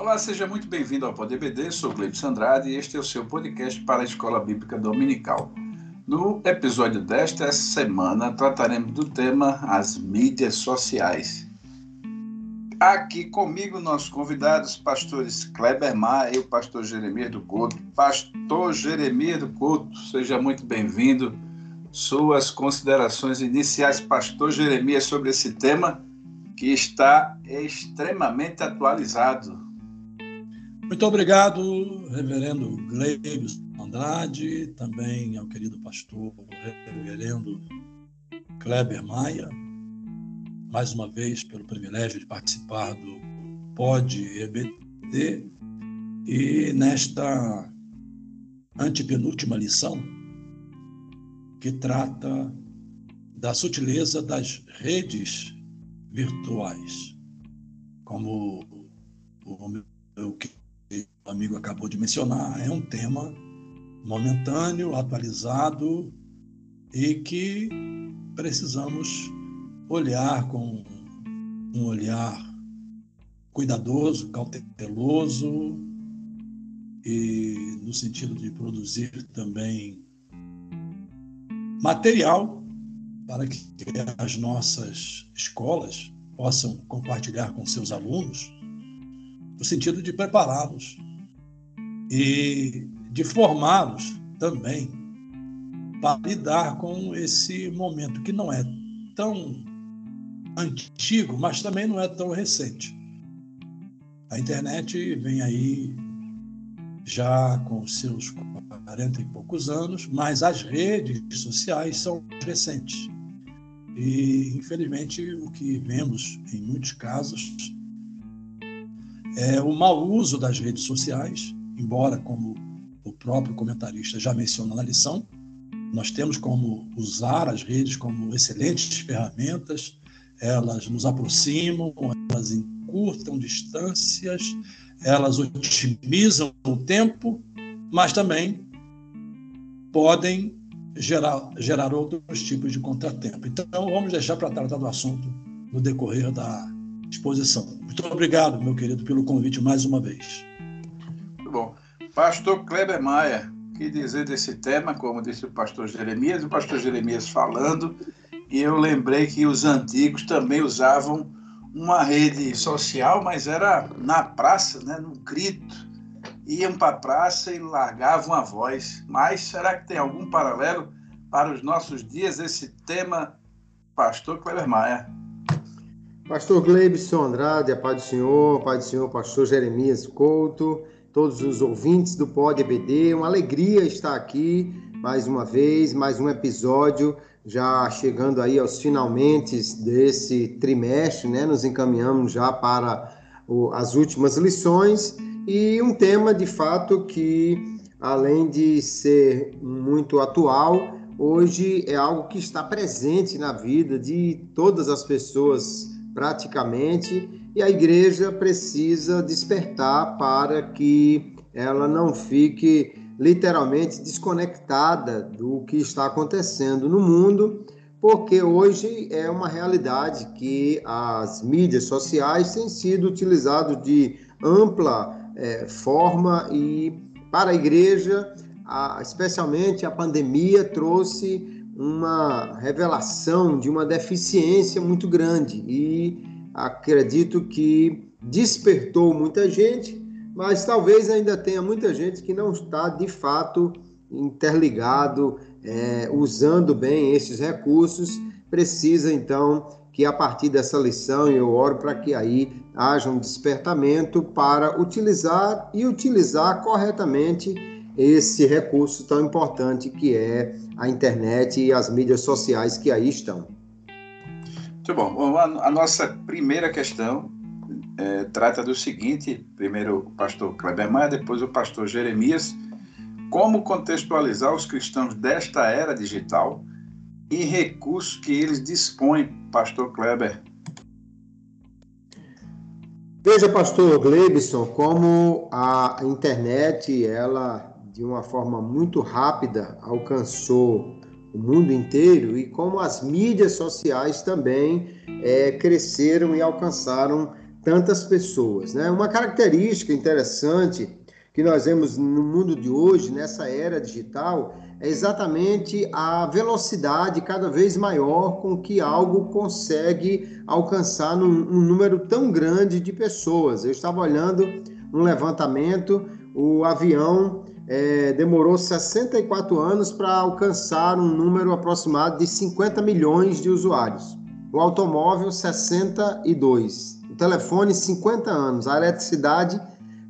Olá, seja muito bem-vindo ao Pod EBD, sou Gleibson Andrade e este é o seu podcast para a Escola Bíblica Dominical. No episódio desta semana, trataremos do tema as mídias sociais. Aqui comigo, nossos convidados, pastores Kleber Maia e o pastor Jeremias do Couto. Pastor Jeremias do Couto, seja muito bem-vindo. Suas considerações iniciais, pastor Jeremias, sobre esse tema que está extremamente atualizado. Muito obrigado, reverendo Gleibson Andrade, também ao querido pastor reverendo Kleber Maia, mais uma vez pelo privilégio de participar do Pod EBD e nesta antepenúltima lição que trata da sutileza das redes virtuais. Como o meu amigo acabou de mencionar, é um tema momentâneo, atualizado e que precisamos olhar com um olhar cuidadoso, cauteloso e no sentido de produzir também material para que as nossas escolas possam compartilhar com seus alunos, no sentido de prepará-los e de formá-los também para lidar com esse momento que não é tão antigo, mas também não é tão recente. A internet vem aí já com seus 40 e poucos anos, mas as redes sociais são recentes. E, infelizmente, o que vemos em muitos casos é o mau uso das redes sociais, embora, como o próprio comentarista já mencionou na lição, nós temos como usar as redes como excelentes ferramentas, elas nos aproximam, elas encurtam distâncias, elas otimizam o tempo, mas também podem gerar outros tipos de contratempo. Então, vamos deixar para tratar do assunto no decorrer da exposição. Muito obrigado, meu querido, pelo convite mais uma vez. Muito bom. Pastor Kleber Maia, o que dizer desse tema, como disse o pastor Jeremias falando, e eu lembrei que os antigos também usavam uma rede social, mas era na praça, né, no grito. Iam para a praça e largavam a voz. Mas será que tem algum paralelo para os nossos dias esse tema, pastor Kleber Maia? Pastor Gleibson Andrade, a paz do Senhor, pastor Jeremias Couto, todos os ouvintes do Pod EBD, uma alegria estar aqui mais uma vez, mais um episódio, já chegando aí aos finalmente desse trimestre, né? Nos encaminhamos já para as últimas lições e um tema de fato que, além de ser muito atual, hoje é algo que está presente na vida de todas as pessoas praticamente, e a igreja precisa despertar para que ela não fique literalmente desconectada do que está acontecendo no mundo, porque hoje é uma realidade que as mídias sociais têm sido utilizadas de ampla forma e para a igreja, especialmente a pandemia trouxe uma revelação de uma deficiência muito grande e acredito que despertou muita gente, mas talvez ainda tenha muita gente que não está de fato interligado, usando bem esses recursos. Precisa então que a partir dessa lição, eu oro para que aí haja um despertamento para utilizar corretamente esse recurso tão importante que é a internet e as mídias sociais que aí estão. Muito bom. A nossa primeira questão trata do seguinte: primeiro o pastor Kleber Maia, depois o pastor Jeremias. Como contextualizar os cristãos desta era digital e recursos que eles dispõem, pastor Kleber? Veja, pastor Gleibson, como a internet, ela de uma forma muito rápida alcançou o mundo inteiro e como as mídias sociais também cresceram e alcançaram tantas pessoas, né? Uma característica interessante que nós vemos no mundo de hoje, nessa era digital, é exatamente a velocidade cada vez maior com que algo consegue alcançar um número tão grande de pessoas. Eu estava olhando um levantamento, o avião demorou 64 anos para alcançar um número aproximado de 50 milhões de usuários. O automóvel, 62. O telefone, 50 anos. A eletricidade,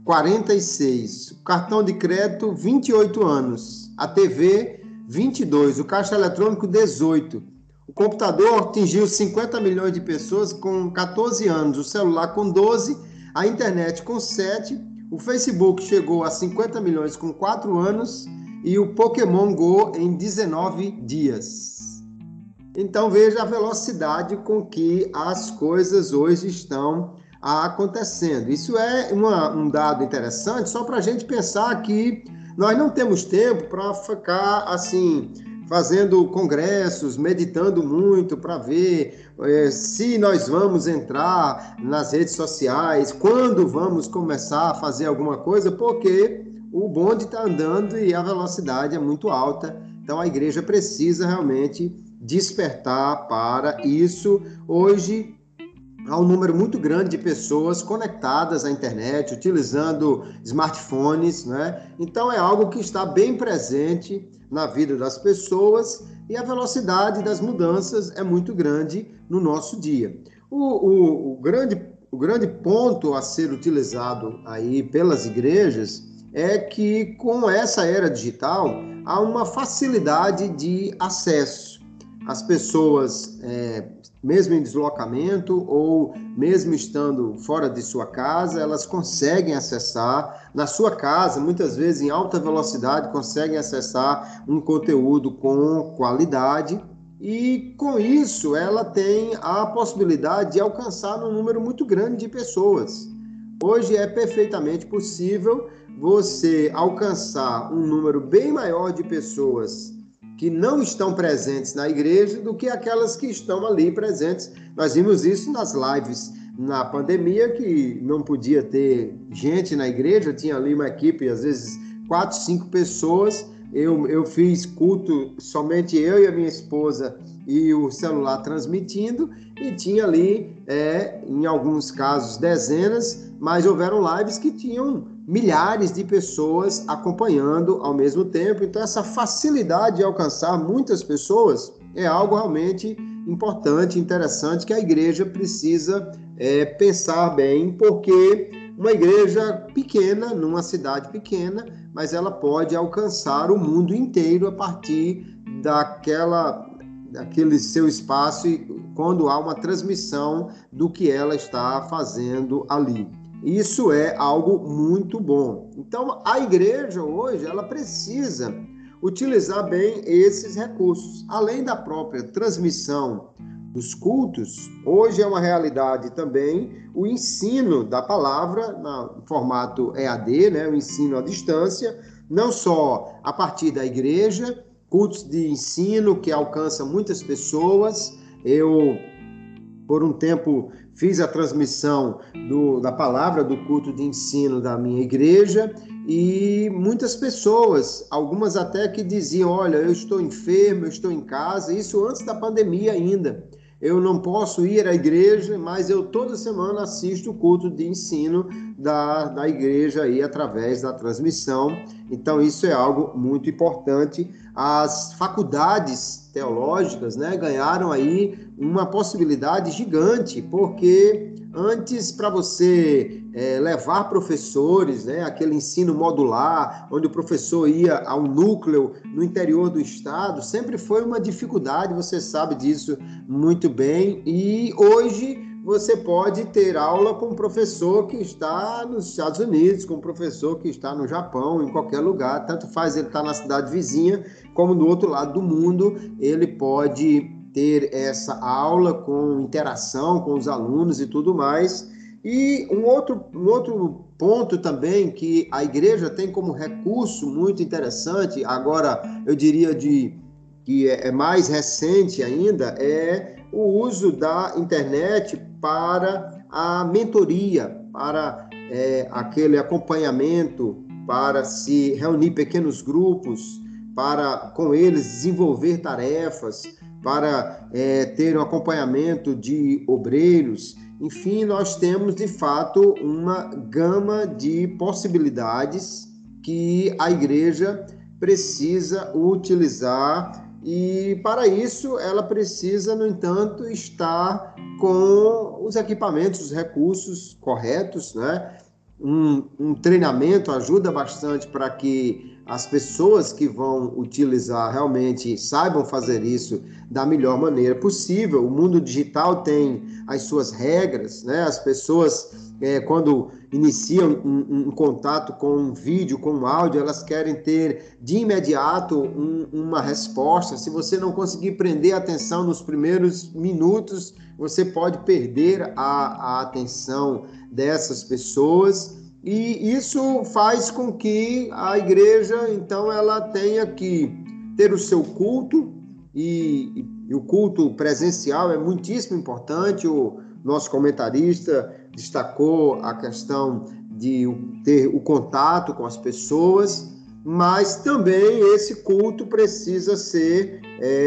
46. O cartão de crédito, 28 anos. A TV, 22. O caixa eletrônico, 18. O computador atingiu 50 milhões de pessoas com 14 anos. O celular, com 12. A internet, com 7. O Facebook chegou a 50 milhões com 4 anos e o Pokémon Go em 19 dias. Então veja a velocidade com que as coisas hoje estão acontecendo. Isso é um dado interessante só para a gente pensar que nós não temos tempo para ficar assim fazendo congressos, meditando muito para ver se nós vamos entrar nas redes sociais, quando vamos começar a fazer alguma coisa, porque o bonde está andando e a velocidade é muito alta. Então a igreja precisa realmente despertar para isso. Hoje há um número muito grande de pessoas conectadas à internet, utilizando smartphones, né? Então é algo que está bem presente na vida das pessoas e a velocidade das mudanças é muito grande no nosso dia. O grande ponto a ser utilizado aí pelas igrejas é que com essa era digital há uma facilidade de acesso. As pessoas, mesmo em deslocamento ou mesmo estando fora de sua casa, elas conseguem acessar na sua casa, muitas vezes em alta velocidade, conseguem acessar um conteúdo com qualidade e com isso ela tem a possibilidade de alcançar um número muito grande de pessoas. Hoje é perfeitamente possível você alcançar um número bem maior de pessoas que não estão presentes na igreja do que aquelas que estão ali presentes. Nós vimos isso nas lives na pandemia, que não podia ter gente na igreja, tinha ali uma equipe, às vezes 4, 5 pessoas. Eu fiz culto, somente eu e a minha esposa e o celular transmitindo, e tinha ali, em alguns casos, dezenas, mas houveram lives que tinham milhares de pessoas acompanhando ao mesmo tempo. Então, essa facilidade de alcançar muitas pessoas é algo realmente importante, interessante, que a igreja precisa pensar bem, porque uma igreja pequena, numa cidade pequena, mas ela pode alcançar o mundo inteiro a partir daquele seu espaço, quando há uma transmissão do que ela está fazendo ali. Isso é algo muito bom. Então, a igreja hoje, ela precisa utilizar bem esses recursos. Além da própria transmissão dos cultos, hoje é uma realidade também o ensino da palavra no formato EAD, né? O ensino à distância, não só a partir da igreja, cultos de ensino que alcançam muitas pessoas. Eu, por um tempo, fiz a transmissão da palavra do culto de ensino da minha igreja e muitas pessoas, algumas até que diziam, olha, eu estou enfermo, eu estou em casa, isso antes da pandemia ainda. Eu não posso ir à igreja, mas eu toda semana assisto o culto de ensino da igreja aí através da transmissão. Então isso é algo muito importante. As faculdades teológicas, né, ganharam aí uma possibilidade gigante, porque antes, para você levar professores, né, aquele ensino modular, onde o professor ia a um núcleo no interior do estado, sempre foi uma dificuldade, você sabe disso muito bem, e hoje você pode ter aula com um professor que está nos Estados Unidos, com um professor que está no Japão, em qualquer lugar, tanto faz ele estar na cidade vizinha, como do outro lado do mundo, ele pode ter essa aula com interação com os alunos e tudo mais. E um outro ponto também que a igreja tem como recurso muito interessante, agora eu diria que é mais recente ainda, é o uso da internet para a mentoria, para aquele acompanhamento, para se reunir pequenos grupos, para com eles desenvolver tarefas, para ter um acompanhamento de obreiros. Enfim, nós temos, de fato, uma gama de possibilidades que a igreja precisa utilizar e, para isso, ela precisa, no entanto, estar com os equipamentos, os recursos corretos, né? Um treinamento ajuda bastante para que as pessoas que vão utilizar realmente saibam fazer isso da melhor maneira possível. O mundo digital tem as suas regras, né? As pessoas, quando iniciam um contato com um vídeo, com um áudio, elas querem ter de imediato uma resposta. Se você não conseguir prender a atenção nos primeiros minutos, você pode perder a atenção dessas pessoas. E isso faz com que a igreja, então, ela tenha que ter o seu culto, e o culto presencial é muitíssimo importante. O nosso comentarista destacou a questão de ter o contato com as pessoas, mas também esse culto precisa ser,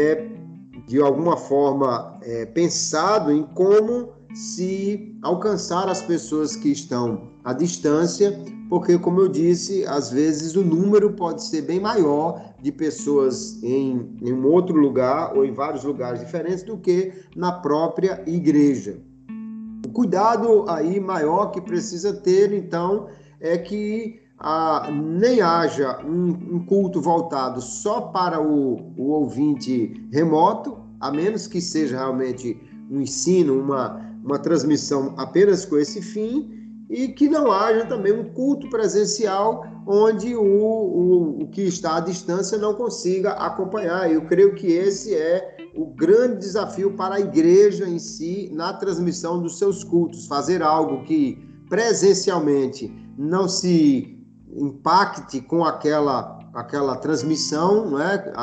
de alguma forma, pensado em como se alcançar as pessoas que estão à distância, porque, como eu disse, às vezes o número pode ser bem maior de pessoas em um outro lugar ou em vários lugares diferentes do que na própria igreja. O cuidado aí maior que precisa ter, então, é que nem haja um culto voltado só para o ouvinte remoto, a menos que seja realmente um ensino, uma transmissão apenas com esse fim, e que não haja também um culto presencial onde o que está à distância não consiga acompanhar. Eu creio que esse é o grande desafio para a igreja em si na transmissão dos seus cultos, fazer algo que presencialmente não se impacte com aquela transmissão, né?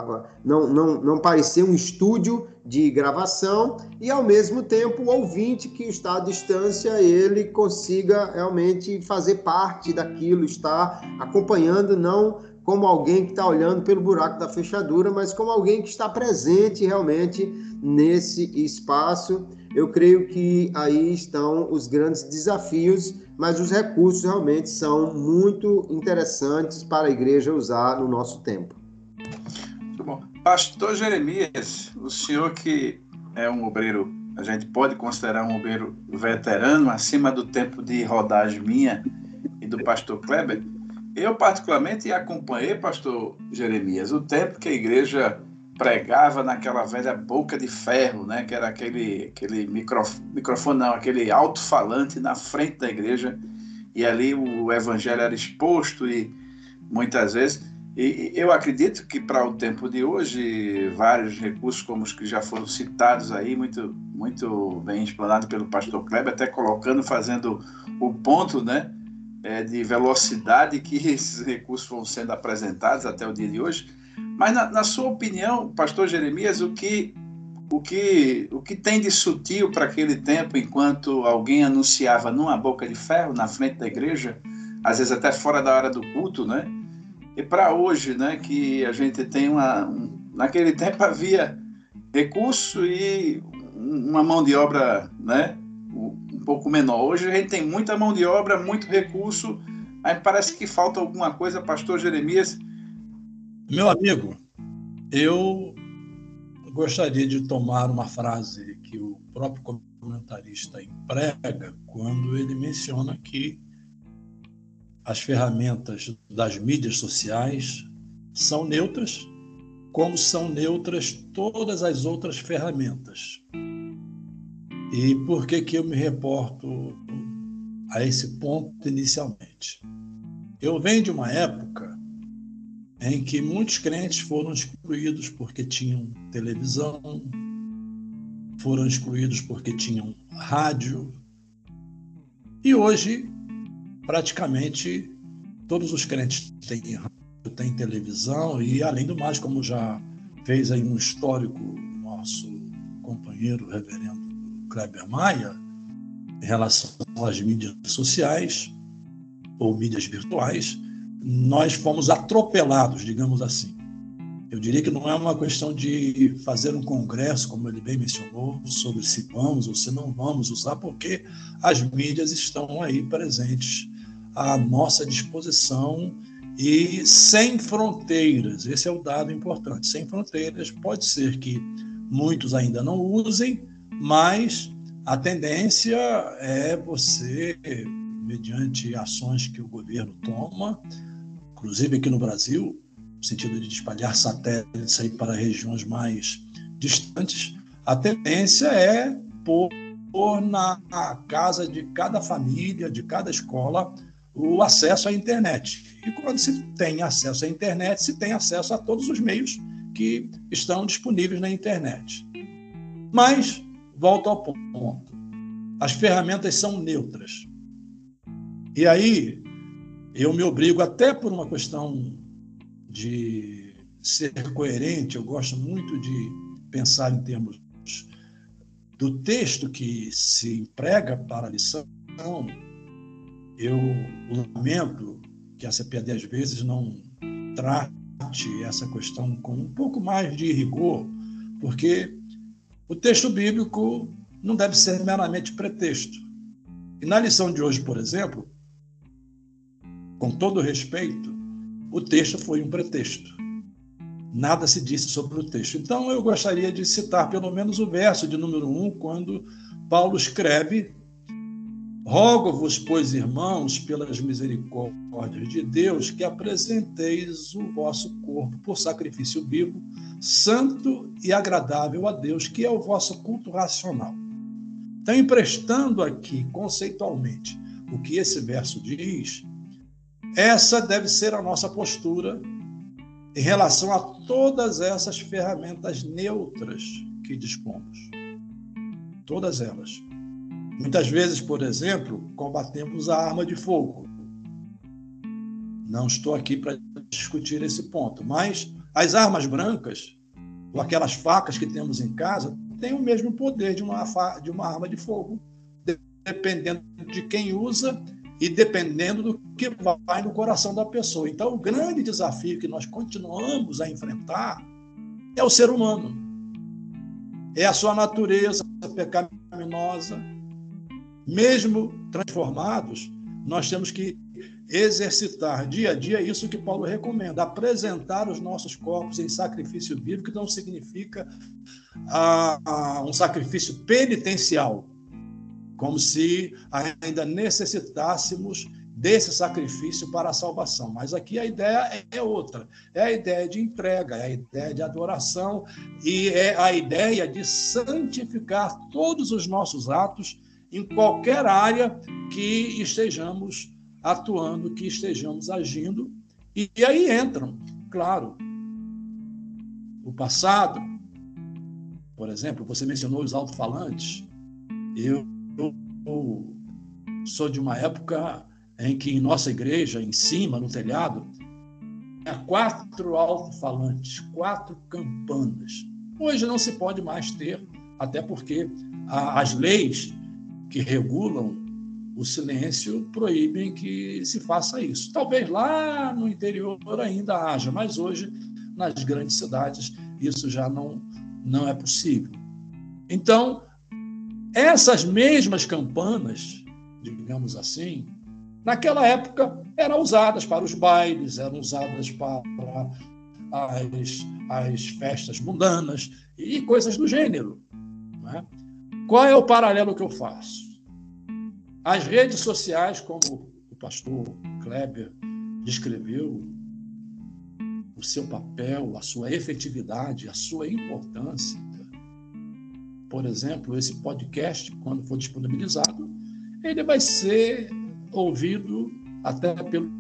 Não parecer um estúdio de gravação, e ao mesmo tempo o ouvinte que está à distância, ele consiga realmente fazer parte daquilo, estar acompanhando, não como alguém que está olhando pelo buraco da fechadura, mas como alguém que está presente realmente nesse espaço. Eu creio que aí estão os grandes desafios, mas os recursos realmente são muito interessantes para a igreja usar no nosso tempo. Muito bom. Pastor Jeremias, o senhor que é um obreiro, a gente pode considerar um obreiro veterano, acima do tempo de rodagem minha e do pastor Kleber. Eu particularmente acompanhei, pastor Jeremias, o tempo que a igreja pregava naquela velha boca de ferro, né? Que era aquele microfone, não, aquele alto-falante na frente da igreja, e ali o evangelho era exposto, e muitas vezes, e eu acredito que para o tempo de hoje, vários recursos como os que já foram citados aí, muito, muito bem explanado pelo pastor Kleber, até fazendo o ponto, né, de velocidade que esses recursos vão sendo apresentados até o dia de hoje. Mas, na sua opinião, pastor Jeremias, o que tem de sutil para aquele tempo, enquanto alguém anunciava numa boca de ferro na frente da igreja, às vezes até fora da hora do culto, né? E para hoje, né, que a gente tem naquele tempo havia recurso e uma mão de obra, né, um pouco menor. Hoje a gente tem muita mão de obra, muito recurso, aí parece que falta alguma coisa, pastor Jeremias. Meu amigo, eu gostaria de tomar uma frase que o próprio comentarista emprega quando ele menciona que as ferramentas das mídias sociais são neutras, como são neutras todas as outras ferramentas. E por que eu me reporto a esse ponto inicialmente? Eu venho de uma época em que muitos crentes foram excluídos porque tinham televisão, foram excluídos porque tinham rádio, e hoje praticamente todos os crentes têm rádio, têm televisão, e além do mais, como já fez aí um histórico nosso companheiro reverendo Kleber Maia, em relação às mídias sociais ou mídias virtuais, nós fomos atropelados, digamos assim. Eu diria que não é uma questão de fazer um congresso, como ele bem mencionou, sobre se vamos ou se não vamos usar, porque as mídias estão aí presentes à nossa disposição e sem fronteiras. Esse é o dado importante. Sem fronteiras, pode ser que muitos ainda não usem, mas a tendência é você, mediante ações que o governo toma, inclusive aqui no Brasil, no sentido de espalhar satélites aí para regiões mais distantes, a tendência é pôr na casa de cada família, de cada escola, o acesso à internet. E quando se tem acesso à internet, se tem acesso a todos os meios que estão disponíveis na internet. Mas, volto ao ponto, as ferramentas são neutras. E aí, eu me obrigo, até por uma questão de ser coerente, eu gosto muito de pensar em termos do texto que se emprega para a lição. Eu lamento que a CPAD, às vezes, não trate essa questão com um pouco mais de rigor, porque o texto bíblico não deve ser meramente pretexto. E na lição de hoje, por exemplo, com todo respeito, o texto foi um pretexto. Nada se disse sobre o texto. Então, eu gostaria de citar pelo menos o verso de número 1, quando Paulo escreve: rogo-vos, pois, irmãos, pelas misericórdias de Deus, que apresenteis o vosso corpo por sacrifício vivo, santo e agradável a Deus, que é o vosso culto racional. Então, emprestando aqui conceitualmente o que esse verso diz, essa deve ser a nossa postura em relação a todas essas ferramentas neutras que dispomos. Todas elas. Muitas vezes, por exemplo, combatemos a arma de fogo. Não estou aqui para discutir esse ponto, mas as armas brancas, ou aquelas facas que temos em casa, têm o mesmo poder de uma arma de fogo, dependendo de quem usa e dependendo do que vai no coração da pessoa. Então, o grande desafio que nós continuamos a enfrentar é o ser humano. É a sua natureza pecaminosa. Mesmo transformados, nós temos que exercitar dia a dia isso que Paulo recomenda, apresentar os nossos corpos em sacrifício bíblico, que não significa um sacrifício penitencial, como se ainda necessitássemos desse sacrifício para a salvação. Mas aqui a ideia é outra. É a ideia de entrega, é a ideia de adoração e é a ideia de santificar todos os nossos atos em qualquer área que estejamos atuando, que estejamos agindo. E aí entram, claro, o passado. Por exemplo, você mencionou os alto-falantes. Eu sou de uma época em que em nossa igreja, em cima, no telhado, tinha 4 alto-falantes, 4 campanas. Hoje não se pode mais ter, até porque as leis que regulam o silêncio proíbem que se faça isso. Talvez lá no interior ainda haja, mas hoje, nas grandes cidades, isso já não é possível. Então, essas mesmas campanas, digamos assim, naquela época eram usadas para os bailes, eram usadas para as festas mundanas e coisas do gênero, né? Qual é o paralelo que eu faço? As redes sociais, como o pastor Kleber descreveu, o seu papel, a sua efetividade, a sua importância. Por exemplo, esse podcast, quando for disponibilizado, ele vai ser ouvido até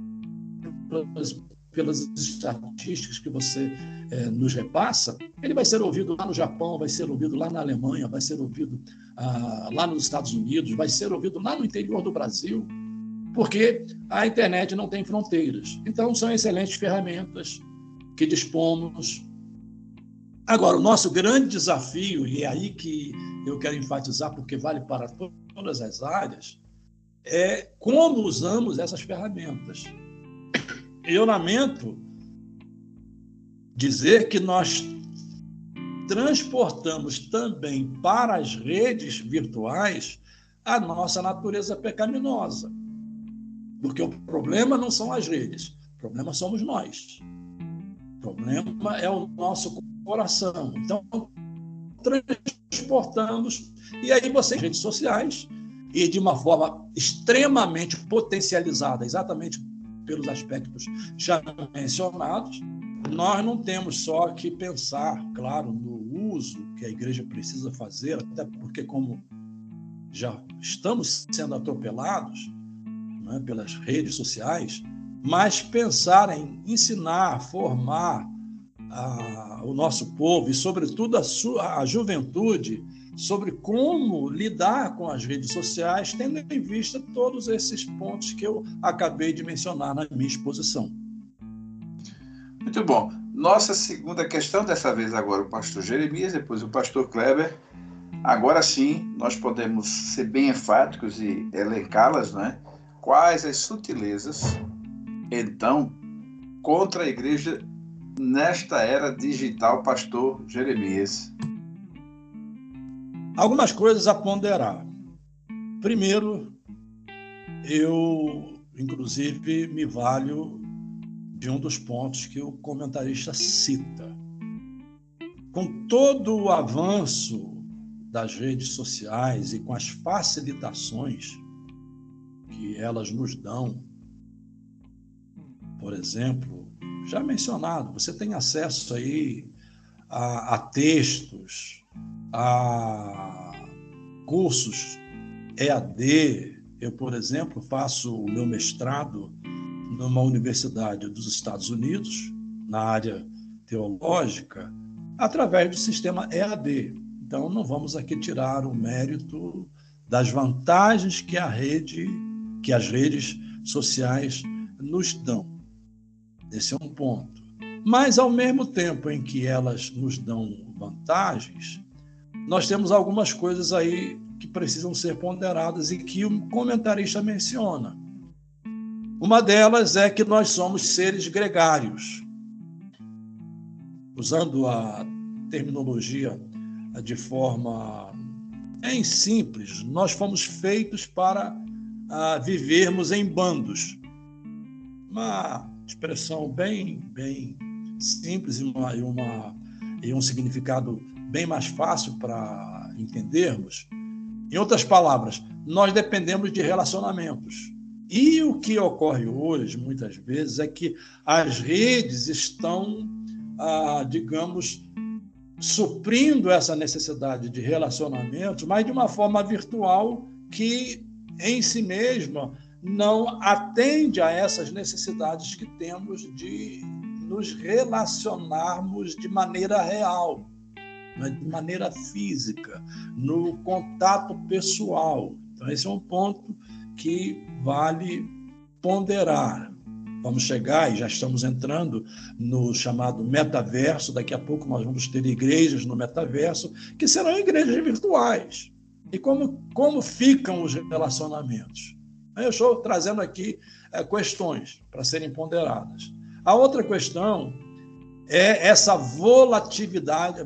pelas estatísticas que você nos repassa. Ele vai ser ouvido lá no Japão, vai ser ouvido lá na Alemanha, vai ser ouvido lá nos Estados Unidos, vai ser ouvido lá no interior do Brasil, porque a internet não tem fronteiras. Então, são excelentes ferramentas que dispomos Agora, o nosso grande desafio, e é aí que eu quero enfatizar, porque vale para todas as áreas, é como usamos essas ferramentas. Eu lamento dizer que nós transportamos também para as redes virtuais a nossa natureza pecaminosa. Porque o problema não são as redes, o problema somos nós. O problema é o nosso coração. Então, transportamos, e aí você, redes sociais, e de uma forma extremamente potencializada, exatamente pelos aspectos já mencionados, nós não temos só que pensar, claro, no uso que a igreja precisa fazer, até porque, como já estamos sendo atropelados, né, pelas redes sociais, mas pensar em ensinar, formar o nosso povo e, sobretudo, a juventude sobre como lidar com as redes sociais, tendo em vista todos esses pontos que eu acabei de mencionar na minha exposição. Muito bom. Nossa segunda questão, dessa vez agora o pastor Jeremias, depois o pastor Kleber. Agora sim, nós podemos ser bem enfáticos e elencá-las, né? Quais as sutilezas, então, contra a igreja nesta era digital, pastor Jeremias? Algumas coisas a ponderar. Primeiro, eu, inclusive, me valho de um dos pontos que o comentarista cita. Com todo o avanço das redes sociais e com as facilitações que elas nos dão, por exemplo, já mencionado, você tem acesso aí a textos, a cursos EAD. Eu, por exemplo, faço o meu mestrado numa universidade dos Estados Unidos, na área teológica, através do sistema EAD. Então, não vamos aqui tirar o mérito das vantagens que as redes sociais nos dão. Esse é um ponto. Mas, ao mesmo tempo em que elas nos dão vantagens, nós temos algumas coisas aí que precisam ser ponderadas e que o comentarista menciona. Uma delas é que nós somos seres gregários. Usando a terminologia de forma bem simples, nós fomos feitos para vivermos em bandos. Uma expressão bem simples e um significado bem mais fácil para entendermos. Em outras palavras, nós dependemos de relacionamentos. E o que ocorre hoje, muitas vezes, é que as redes estão, digamos, suprindo essa necessidade de relacionamentos, mas de uma forma virtual que, em si mesma, não atende a essas necessidades que temos de nos relacionarmos de maneira real, de maneira física, no contato pessoal. Então, esse é um ponto que vale ponderar. Vamos chegar, e já estamos entrando no chamado metaverso. Daqui a pouco nós vamos ter igrejas no metaverso, que serão igrejas virtuais. E como ficam os relacionamentos? Eu estou trazendo aqui questões para serem ponderadas. A outra questão é essa volatilidade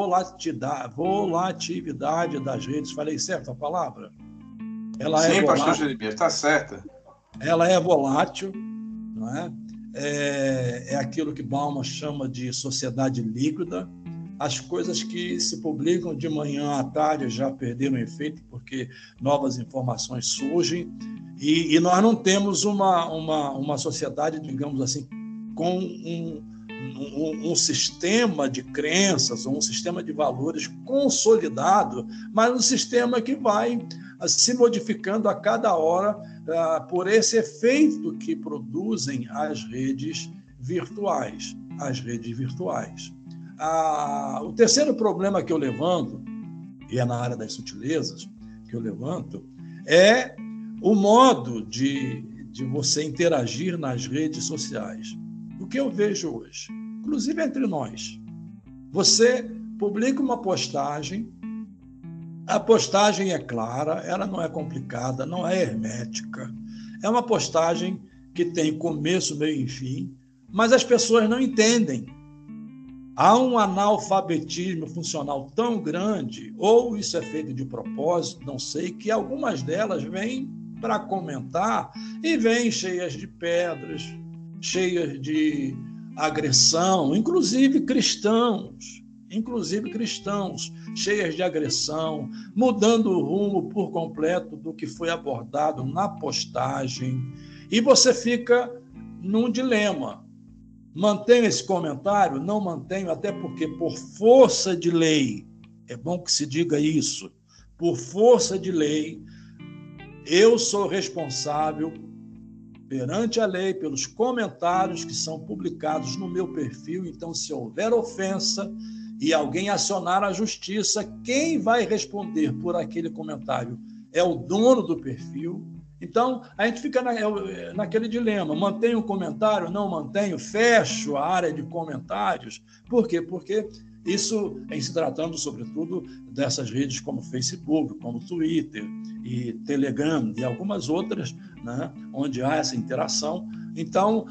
das redes. Falei certo a palavra? Ela Sim, é volátil, pastor Jeremias, está certa. Ela é volátil, não é? É aquilo que Bauman chama de sociedade líquida. As coisas que se publicam de manhã à tarde já perderam efeito, porque novas informações surgem, e nós não temos uma sociedade, digamos assim, com um sistema de crenças, ou um sistema de valores consolidado, mas um sistema que vai se modificando a cada hora por esse efeito que produzem as redes virtuais. O terceiro problema que eu levanto, e é na área das sutilezas que eu levanto, é o modo de você interagir nas redes sociais. O que eu vejo hoje, inclusive entre nós, Você publica uma postagem, a postagem é clara, ela não é complicada, não é hermética, é uma postagem que tem começo, meio e fim, mas as pessoas não entendem. Há um analfabetismo funcional tão grande, ou isso é feito de propósito, não sei, que algumas delas vêm para comentar e vêm cheias de pedras, cheias de agressão, inclusive cristãos, cheias de agressão, mudando o rumo por completo do que foi abordado na postagem. E você fica num dilema. Mantenho esse comentário? Não mantenho, até porque, por força de lei, é bom que se diga isso, por força de lei, eu sou responsável perante a lei pelos comentários que são publicados no meu perfil. Então, se houver ofensa e alguém acionar a justiça, quem vai responder por aquele comentário é o dono do perfil. Então, a gente fica naquele dilema: mantenho o comentário, não mantenho, fecho a área de comentários. Por quê? Porque isso, em se tratando, sobretudo, dessas redes como Facebook, como Twitter e Telegram e algumas outras, né, onde há essa interação. Então,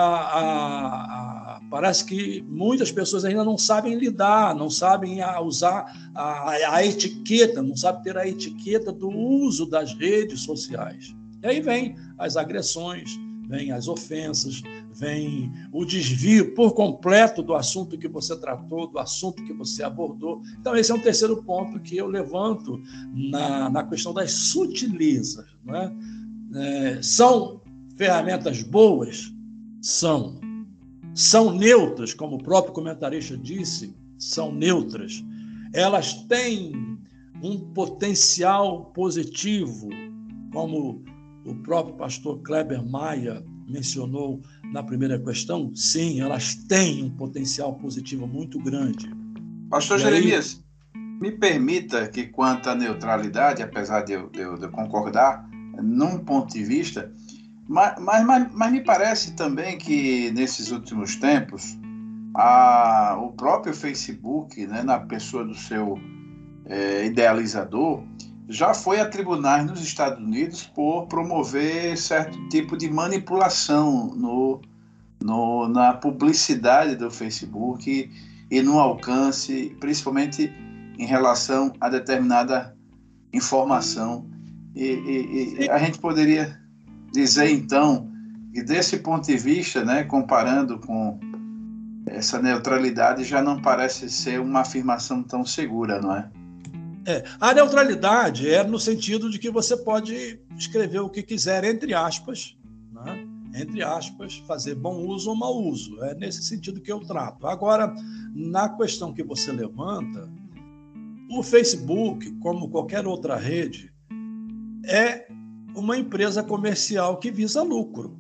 parece que muitas pessoas ainda não sabem lidar, não sabem usar a etiqueta, não sabem ter a etiqueta do uso das redes sociais. E aí vem as agressões, vem as ofensas, vem o desvio por completo do assunto que você tratou, do assunto que você abordou. Então, esse é um terceiro ponto que eu levanto na questão das sutilezas. Não é? São ferramentas boas? São. São neutras, como o próprio comentarista disse, são neutras. Elas têm um potencial positivo, como o próprio pastor Kleber Maia mencionou na primeira questão. Sim, elas têm um potencial positivo muito grande. Pastor Jeremias, me permita que, quanto à neutralidade, apesar de eu concordar num ponto de vista, mas me parece também que, nesses últimos tempos, o próprio Facebook, né, na pessoa do seu idealizador, já foi a tribunais nos Estados Unidos por promover certo tipo de manipulação na publicidade do Facebook e no alcance, principalmente em relação a determinada informação. E a gente poderia dizer, então, que desse ponto de vista, né, comparando com essa neutralidade, já não parece ser uma afirmação tão segura, não é? A neutralidade é no sentido de que você pode escrever o que quiser, entre aspas, né? Entre aspas, fazer bom uso ou mau uso. É nesse sentido que eu trato. Agora, na questão que você levanta, o Facebook, como qualquer outra rede, é uma empresa comercial que visa lucro.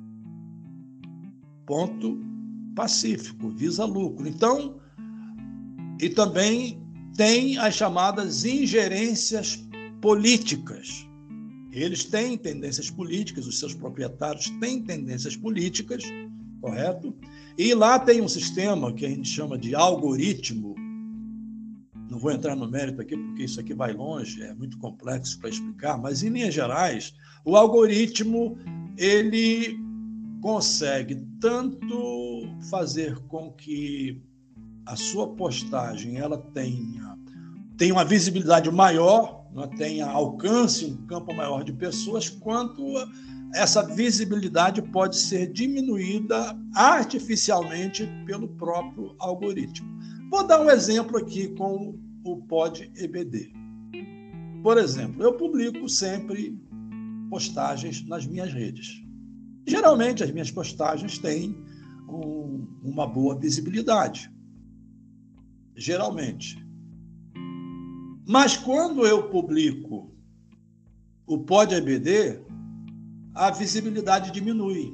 Ponto pacífico, visa lucro. Então, e também tem as chamadas ingerências políticas. Eles têm tendências políticas, os seus proprietários têm tendências políticas, correto? E lá tem um sistema que a gente chama de algoritmo. Não vou entrar no mérito aqui, porque isso aqui vai longe, é muito complexo para explicar, mas, em linhas gerais, o algoritmo ele consegue tanto fazer com que a sua postagem ela tenha uma visibilidade maior, tenha alcance um campo maior de pessoas, quanto essa visibilidade pode ser diminuída artificialmente pelo próprio algoritmo. Vou dar um exemplo aqui com o PodEBD. Por exemplo, eu publico sempre postagens nas minhas redes. Geralmente, as minhas postagens têm uma boa visibilidade. Geralmente. Mas quando eu publico o PodEBD, a visibilidade diminui.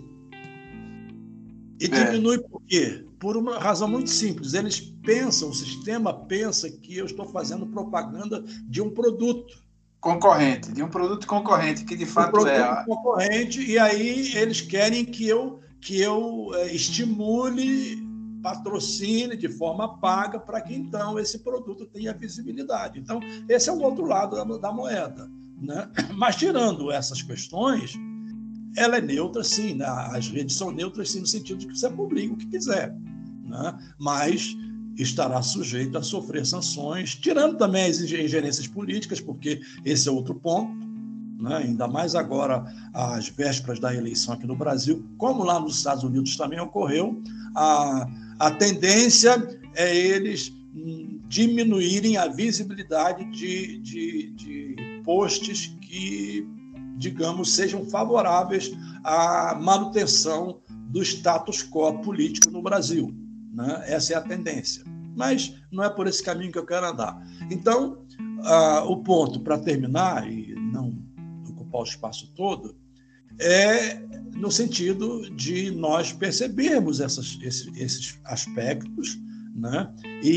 E diminui por quê? Por uma razão muito simples. Eles pensam, o sistema pensa que eu estou fazendo propaganda de um produto. Concorrente, de um produto concorrente, que de fato é. Concorrente, e aí eles querem que eu estimule patrocine de forma paga para que, então, esse produto tenha visibilidade. Então, esse é o outro lado da moeda, né? Mas, tirando essas questões, ela é neutra, sim, né? As redes são neutras, sim, no sentido de que você publica o que quiser, né? Mas estará sujeito a sofrer sanções, tirando também as ingerências políticas, porque esse é outro ponto, né? Ainda mais agora, às vésperas da eleição aqui no Brasil, como lá nos Estados Unidos também ocorreu, a tendência é eles diminuírem a visibilidade de posts que, digamos, sejam favoráveis à manutenção do status quo político no Brasil, né? Essa é a tendência. Mas não é por esse caminho que eu quero andar. Então, o ponto, para terminar, e não ocupar o espaço todo, é no sentido de nós percebermos esses aspectos, né?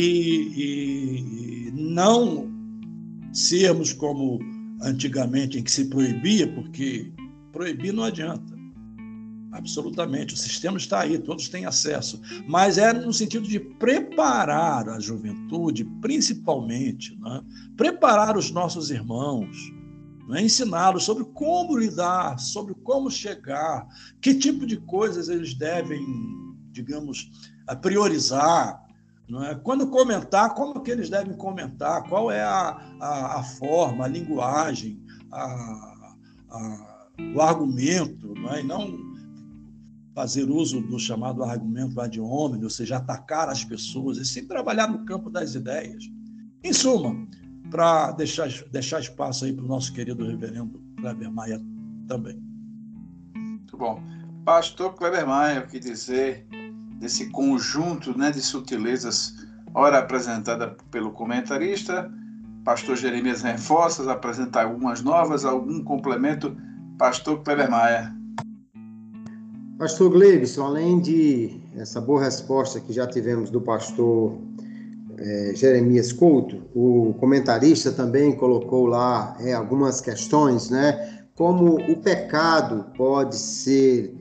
E não sermos como antigamente, em que se proibia, porque proibir não adianta. Absolutamente. O sistema está aí, todos têm acesso. Mas é no sentido de preparar a juventude, principalmente, né? Preparar os nossos irmãos, né? Ensiná-los sobre como lidar, sobre como chegar, que tipo de coisas eles devem, digamos, priorizar. Não é? Quando comentar, como que eles devem comentar, qual é a forma, a linguagem, o argumento, não é? E não fazer uso do chamado argumento ad hominem, ou seja, atacar as pessoas, e sim trabalhar no campo das ideias. Em suma, para deixar espaço aí para o nosso querido reverendo Kleber Maia também. Muito bom. Pastor Kleber Maia, o que dizer desse conjunto, né, de sutilezas, ora apresentada pelo comentarista, pastor Jeremias reforça, apresenta algumas novas, algum complemento, pastor Kleber Maia. Pastor Gleibson, além de essa boa resposta que já tivemos do pastor Jeremias Couto, o comentarista também colocou lá algumas questões, né? Como o pecado pode ser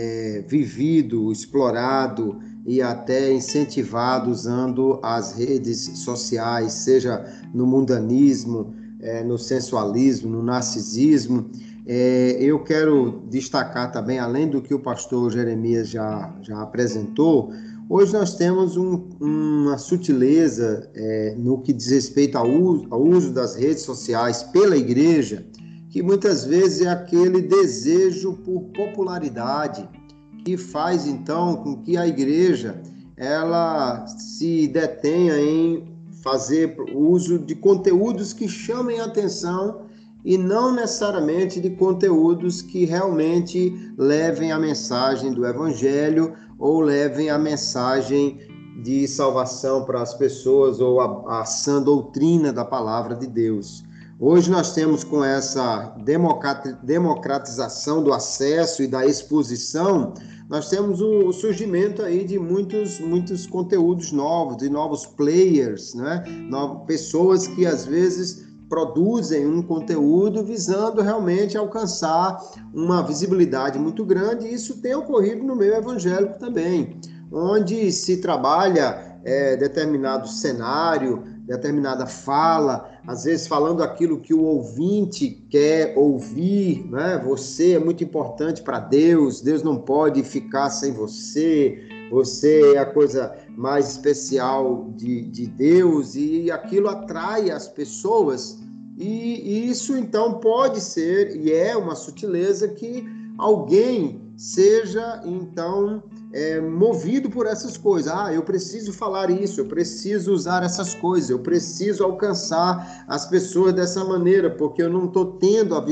vivido, explorado e até incentivado usando as redes sociais, seja no mundanismo, no sensualismo, no narcisismo. Eu quero destacar também, além do que o pastor Jeremias já apresentou, hoje nós temos uma sutileza no que diz respeito ao uso das redes sociais pela igreja, que muitas vezes é aquele desejo por popularidade, que faz então com que a igreja ela se detenha em fazer uso de conteúdos que chamem a atenção e não necessariamente de conteúdos que realmente levem a mensagem do Evangelho ou levem a mensagem de salvação para as pessoas ou a sã doutrina da palavra de Deus. Hoje nós temos, com essa democratização do acesso e da exposição, nós temos o surgimento aí de muitos conteúdos novos, de novos players, né? Pessoas que às vezes produzem um conteúdo visando realmente alcançar uma visibilidade muito grande, e isso tem ocorrido no meio evangélico também, onde se trabalha determinado cenário, determinada fala, às vezes falando aquilo que o ouvinte quer ouvir, né? Você é muito importante para Deus, Deus não pode ficar sem você, você é a coisa mais especial de Deus, e aquilo atrai as pessoas, e isso então pode ser, e é uma sutileza, que alguém seja então movido por essas coisas. Eu preciso falar isso, eu preciso usar essas coisas, eu preciso alcançar as pessoas dessa maneira, porque eu não estou tendo a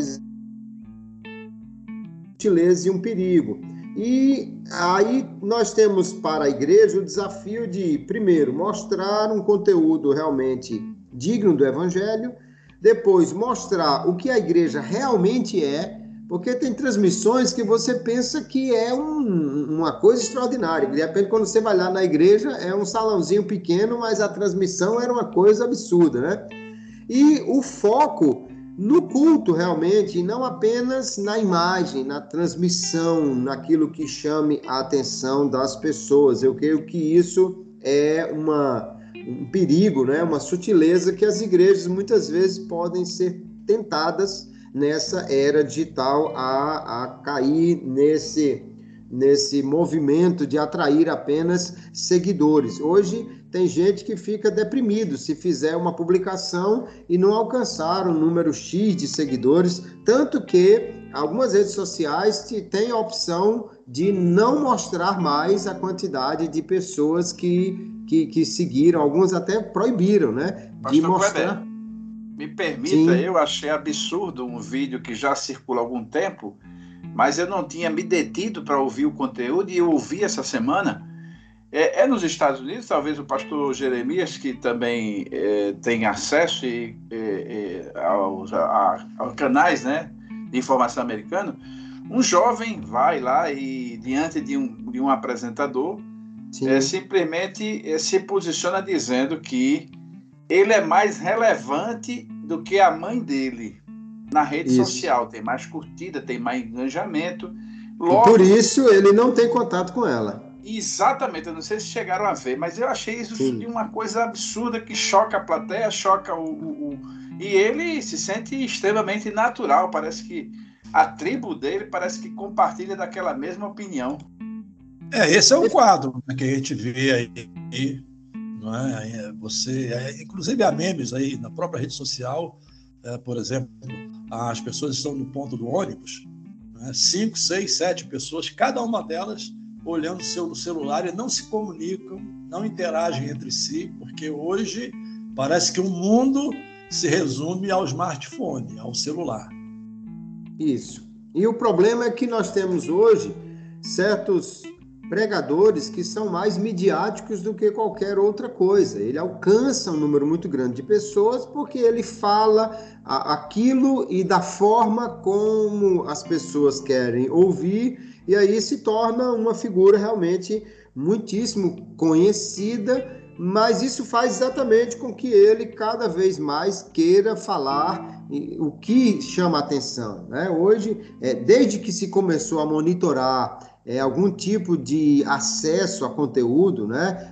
sutileza e um perigo. E aí nós temos para a igreja o desafio de, primeiro, mostrar um conteúdo realmente digno do Evangelho, depois mostrar o que a igreja realmente é, porque tem transmissões que você pensa que é uma coisa extraordinária. De repente, quando você vai lá na igreja, é um salãozinho pequeno, mas a transmissão era uma coisa absurda, né? E o foco no culto realmente, e não apenas na imagem, na transmissão, naquilo que chame a atenção das pessoas. Eu creio que isso é um perigo, né? Uma sutileza que as igrejas muitas vezes podem ser tentadas nessa era digital a cair nesse movimento de atrair apenas seguidores. Hoje tem gente que fica deprimido se fizer uma publicação e não alcançar um número X de seguidores, tanto que algumas redes sociais têm a opção de não mostrar mais a quantidade de pessoas que seguiram, alguns até proibiram, né? De Pastor mostrar. Kleber, me permita, Sim. Eu achei absurdo um vídeo que já circula há algum tempo, mas eu não tinha me detido para ouvir o conteúdo e eu ouvi essa semana. É nos Estados Unidos, talvez o pastor Jeremias, que também tem acesso aos canais, né, de informação americano, um jovem vai lá e, diante de um apresentador, simplesmente se posiciona dizendo que ele é mais relevante do que a mãe dele na rede social, tem mais curtida, tem mais engajamento. Logo, e por isso ele não tem contato com ela. Exatamente, eu não sei se chegaram a ver, mas eu achei isso de uma coisa absurda que choca a plateia, choca e ele se sente extremamente natural, parece que a tribo dele parece que compartilha daquela mesma opinião. Esse é um quadro, né, que a gente vê aí, não é? Inclusive há memes aí na própria rede social, por exemplo, as pessoas estão no ponto do ônibus, né, 5, 6, 7 pessoas, cada uma delas olhando o celular e não se comunicam, não interagem entre si, porque hoje parece que o mundo se resume ao smartphone, ao celular. Isso. E o problema é que nós temos hoje certos pregadores que são mais midiáticos do que qualquer outra coisa. Ele alcança um número muito grande de pessoas porque ele fala aquilo e da forma como as pessoas querem ouvir, e aí se torna uma figura realmente muitíssimo conhecida, mas isso faz exatamente com que ele cada vez mais queira falar o que chama a atenção, né? Hoje, desde que se começou a monitorar algum tipo de acesso a conteúdo, né?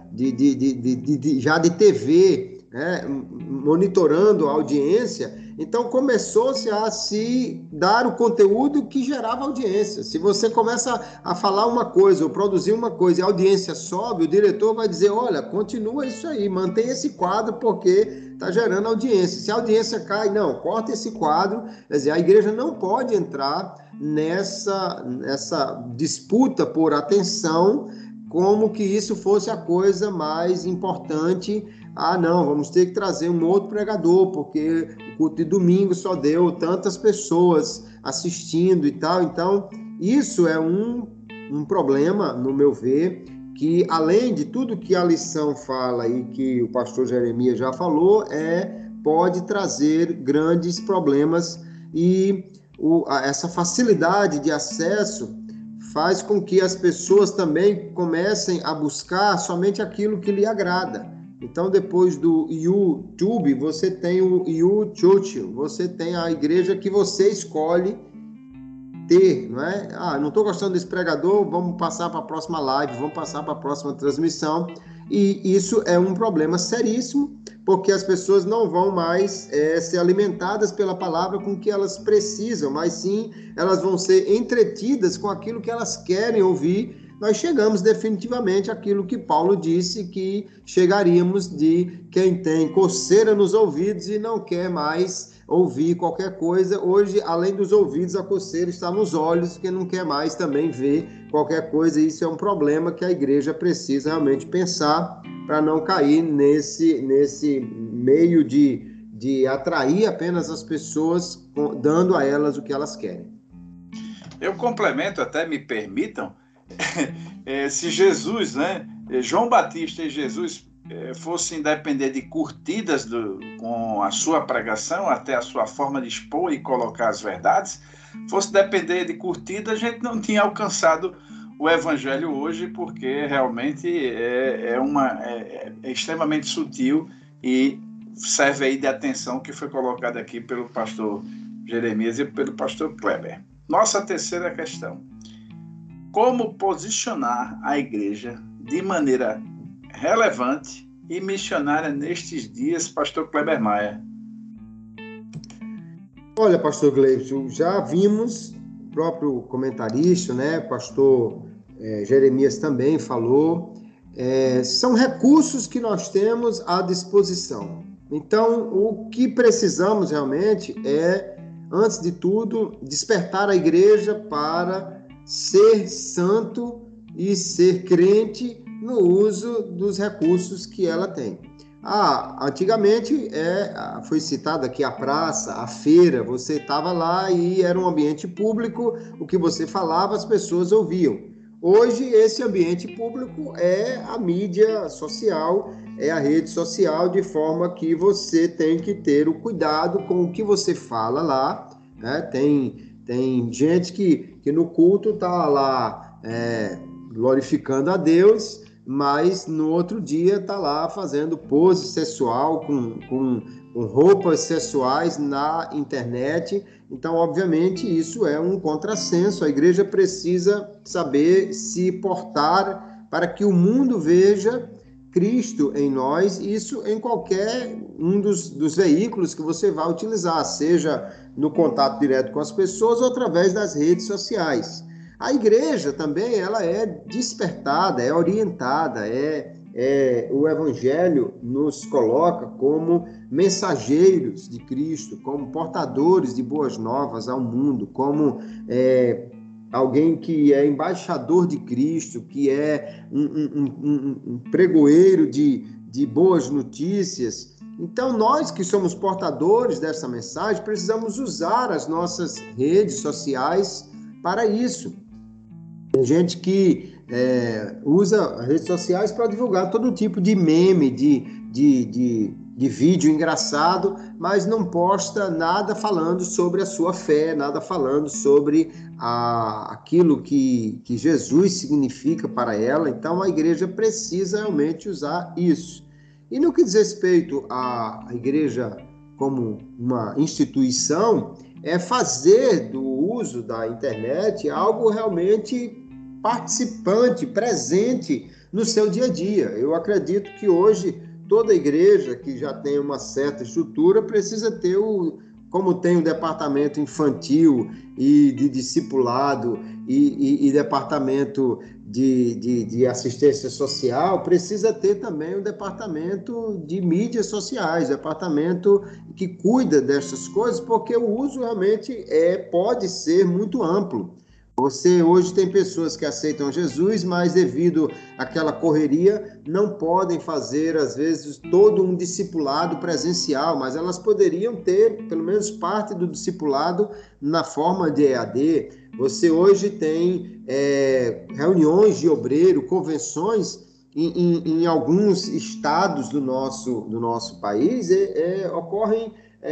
Já de TV, né? Monitorando a audiência, então começou-se a se dar o conteúdo que gerava audiência. Se você começa a falar uma coisa ou produzir uma coisa e a audiência sobe, o diretor vai dizer, olha, continua isso aí, mantém esse quadro porque está gerando audiência. Se a audiência cai, não, corta esse quadro. Quer dizer, a igreja não pode entrar nessa disputa por atenção, como que isso fosse a coisa mais importante. Não, vamos ter que trazer um outro pregador, porque o culto de domingo só deu tantas pessoas assistindo e tal. Então, isso é um problema, no meu ver, que além de tudo que a lição fala e que o pastor Jeremias já falou, pode trazer grandes problemas, e essa facilidade de acesso faz com que as pessoas também comecem a buscar somente aquilo que lhe agrada. Então, depois do YouTube, você tem o YouTube, você tem a igreja que você escolhe ter, não é? Não estou gostando desse pregador, vamos passar para a próxima live, vamos passar para a próxima transmissão. E isso é um problema seríssimo, porque as pessoas não vão mais ser alimentadas pela palavra com o que elas precisam, mas sim elas vão ser entretidas com aquilo que elas querem ouvir. Nós chegamos definitivamente àquilo que Paulo disse, que chegaríamos de quem tem coceira nos ouvidos e não quer mais ouvir qualquer coisa. Hoje, além dos ouvidos, a coceira está nos olhos, porque não quer mais também ver qualquer coisa. E isso é um problema que a igreja precisa realmente pensar para não cair nesse meio de atrair apenas as pessoas, dando a elas o que elas querem. Eu complemento, até me permitam, se Jesus, né, João Batista e Jesus fossem depender de curtidas com a sua pregação, até a sua forma de expor e colocar as verdades, fosse depender de curtidas, a gente não tinha alcançado o evangelho hoje, porque realmente é extremamente sutil e serve aí de atenção que foi colocada aqui pelo pastor Jeremias e pelo pastor Kleber. Nossa terceira questão: como posicionar a igreja de maneira relevante e missionária nestes dias, pastor Kleber Maia? Olha, pastor Gleison, já vimos, o próprio comentarista, né, pastor Jeremias também falou, são recursos que nós temos à disposição. Então, o que precisamos realmente é, antes de tudo, despertar a igreja para ser santo e ser crente no uso dos recursos que ela tem. Antigamente foi citada aqui a praça, a feira, você estava lá e era um ambiente público, o que você falava as pessoas ouviam. Hoje esse ambiente público é a mídia social, é a rede social, de forma que você tem que ter o cuidado com o que você fala lá, né? Tem gente que no culto está lá glorificando a Deus, mas no outro dia está lá fazendo pose sexual com roupas sexuais na internet. Então, obviamente, isso é um contrassenso. A igreja precisa saber se portar para que o mundo veja Cristo em nós, isso em qualquer um dos veículos que você vai utilizar, seja no contato direto com as pessoas ou através das redes sociais. A igreja também, ela é despertada, é orientada, o Evangelho nos coloca como mensageiros de Cristo, como portadores de boas novas ao mundo, como alguém que é embaixador de Cristo, que é um pregoeiro de boas notícias. Então, nós que somos portadores dessa mensagem, precisamos usar as nossas redes sociais para isso. Tem gente que usa as redes sociais para divulgar todo tipo de meme, de vídeo engraçado, mas não posta nada falando sobre a sua fé, nada falando sobre aquilo que Jesus significa para ela. Então, a igreja precisa realmente usar isso. E no que diz respeito à igreja como uma instituição, é fazer do uso da internet algo realmente participante, presente no seu dia a dia. Eu acredito que hoje toda igreja que já tem uma certa estrutura precisa ter como tem o departamento infantil e de discipulado e departamento de assistência social, precisa ter também o departamento de mídias sociais, departamento que cuida dessas coisas, porque o uso realmente pode ser muito amplo. Você hoje tem pessoas que aceitam Jesus, mas devido àquela correria não podem fazer, às vezes, todo um discipulado presencial, mas elas poderiam ter, pelo menos, parte do discipulado na forma de EAD. Você hoje tem reuniões de obreiro, convenções em alguns estados do nosso país, ocorrem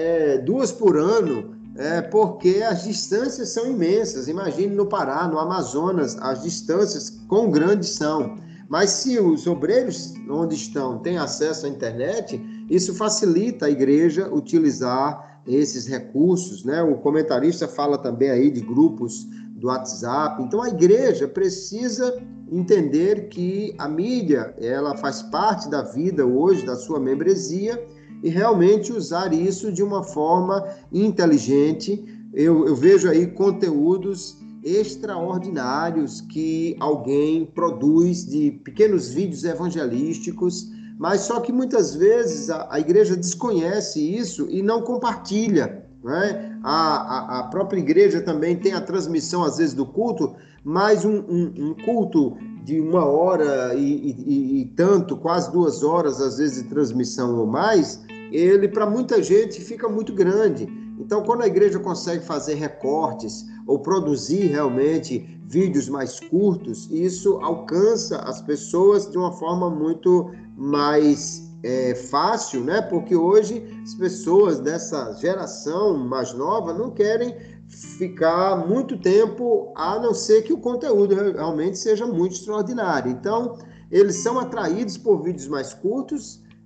2 por ano, porque as distâncias são imensas. Imagine no Pará, no Amazonas, as distâncias quão grandes são. Mas se os obreiros onde estão têm acesso à internet, isso facilita a igreja utilizar esses recursos, né? O comentarista fala também aí de grupos do WhatsApp. Então a igreja precisa entender que a mídia, ela faz parte da vida hoje, da sua membresia, e realmente usar isso de uma forma inteligente. Eu vejo aí conteúdos extraordinários que alguém produz de pequenos vídeos evangelísticos, mas só que muitas vezes a igreja desconhece isso e não compartilha, né? A própria igreja também tem a transmissão, às vezes, do culto, mas um culto de 1 hora e tanto, quase 2 horas, às vezes, de transmissão ou mais, ele, para muita gente, fica muito grande. Então, quando a igreja consegue fazer recortes ou produzir realmente vídeos mais curtos, isso alcança as pessoas de uma forma muito mais fácil, né? Porque hoje as pessoas dessa geração mais nova não querem ficar muito tempo, a não ser que o conteúdo realmente seja muito extraordinário. Então, eles são atraídos por vídeos mais curtos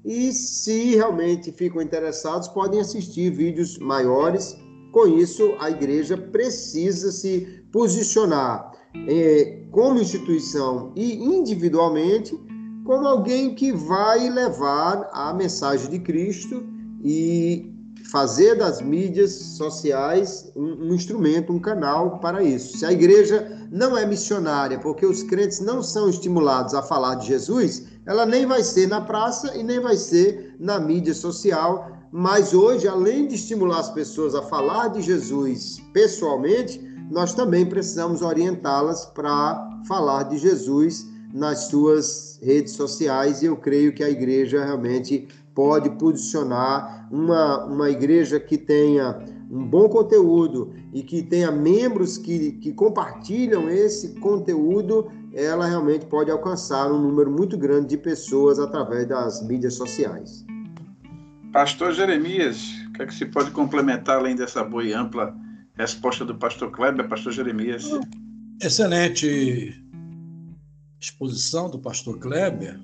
e, se realmente ficam interessados, podem assistir vídeos maiores. Com isso, a igreja precisa se posicionar como instituição e individualmente como alguém que vai levar a mensagem de Cristo e fazer das mídias sociais um instrumento, um canal para isso. Se a igreja não é missionária, porque os crentes não são estimulados a falar de Jesus, ela nem vai ser na praça e nem vai ser na mídia social. Mas hoje, além de estimular as pessoas a falar de Jesus pessoalmente, nós também precisamos orientá-las para falar de Jesus nas suas redes sociais, e eu creio que a igreja realmente pode posicionar uma igreja que tenha um bom conteúdo e que tenha membros que compartilham esse conteúdo. Ela realmente pode alcançar um número muito grande de pessoas através das mídias sociais. Pastor Jeremias, o que é que se pode complementar além dessa boa e ampla resposta do pastor Kleber? Pastor Jeremias. Excelente exposição do pastor Kleber,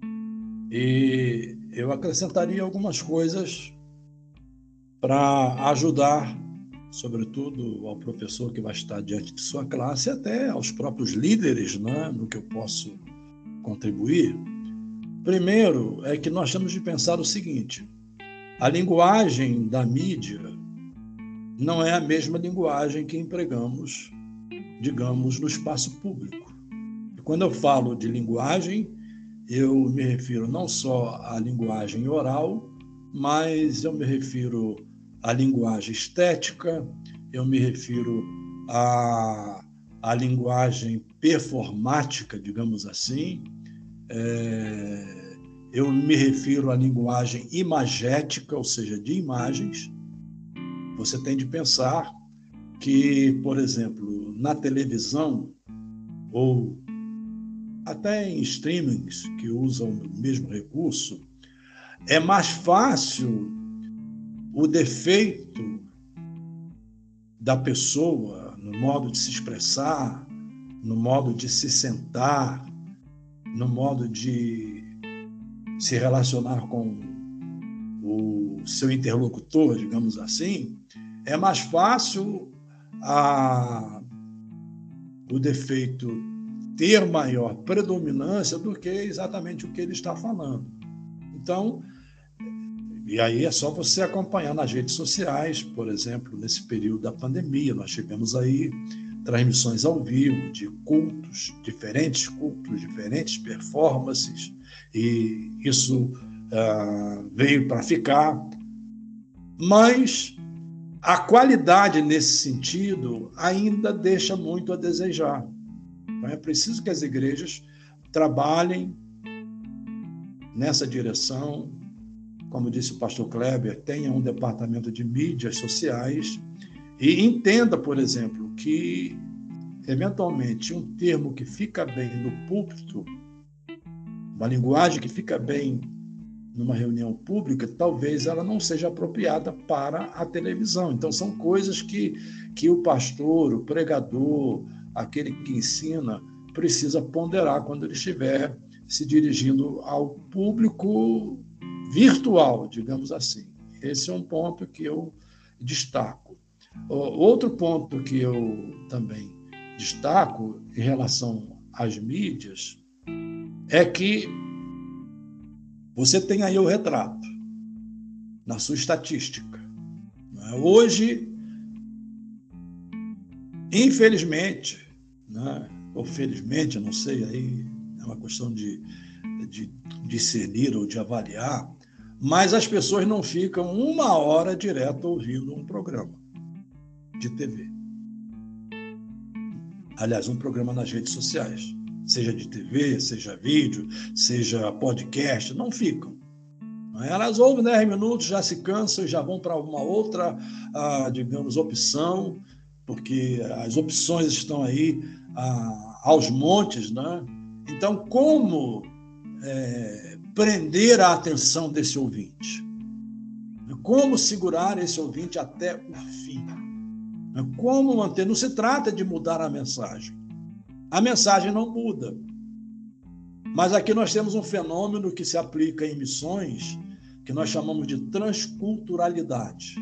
e eu acrescentaria algumas coisas para ajudar, sobretudo ao professor que vai estar diante de sua classe, até aos próprios líderes, né, no que eu posso contribuir. Primeiro, é que nós temos de pensar o seguinte: a linguagem da mídia não é a mesma linguagem que empregamos, digamos, no espaço público. E quando eu falo de linguagem, eu me refiro não só à linguagem oral, mas eu me refiro à linguagem estética, eu me refiro à linguagem performática, digamos assim, eu me refiro à linguagem imagética, ou seja, de imagens. Você tem de pensar que, por exemplo, na televisão ou até em streamings que usam o mesmo recurso, é mais fácil o defeito da pessoa no modo de se expressar, no modo de se sentar, no modo de se relacionar com o seu interlocutor, digamos assim. É mais fácil o defeito ter maior predominância do que exatamente o que ele está falando. Então, e aí é só você acompanhar nas redes sociais, por exemplo, nesse período da pandemia, nós tivemos aí transmissões ao vivo de cultos, diferentes performances, e isso veio para ficar. Mas a qualidade nesse sentido ainda deixa muito a desejar. Então é preciso que as igrejas trabalhem nessa direção. Como disse o pastor Kleber, tenha um departamento de mídias sociais e entenda, por exemplo, que, eventualmente, um termo que fica bem no púlpito, uma linguagem que fica bem numa reunião pública, talvez ela não seja apropriada para a televisão. Então, são coisas que o pastor, o pregador, aquele que ensina, precisa ponderar quando ele estiver se dirigindo ao público virtual, digamos assim. Esse é um ponto que eu destaco. Outro ponto que eu também destaco em relação às mídias é que você tem aí o retrato na sua estatística. Hoje, infelizmente, né, ou felizmente, não sei, aí é uma questão de discernir ou de avaliar, mas as pessoas não ficam 1 hora direto ouvindo um programa de TV. Aliás, um programa nas redes sociais, seja de TV, seja vídeo, seja podcast, não ficam. Elas ouvem 10 minutos, já se cansam e já vão para uma outra, digamos, opção, porque as opções estão aí aos montes, né? Então, como prender a atenção desse ouvinte? Como segurar esse ouvinte até o fim? Como manter? Não se trata de mudar a mensagem. A mensagem não muda. Mas aqui nós temos um fenômeno que se aplica em missões, que nós chamamos de transculturalidade.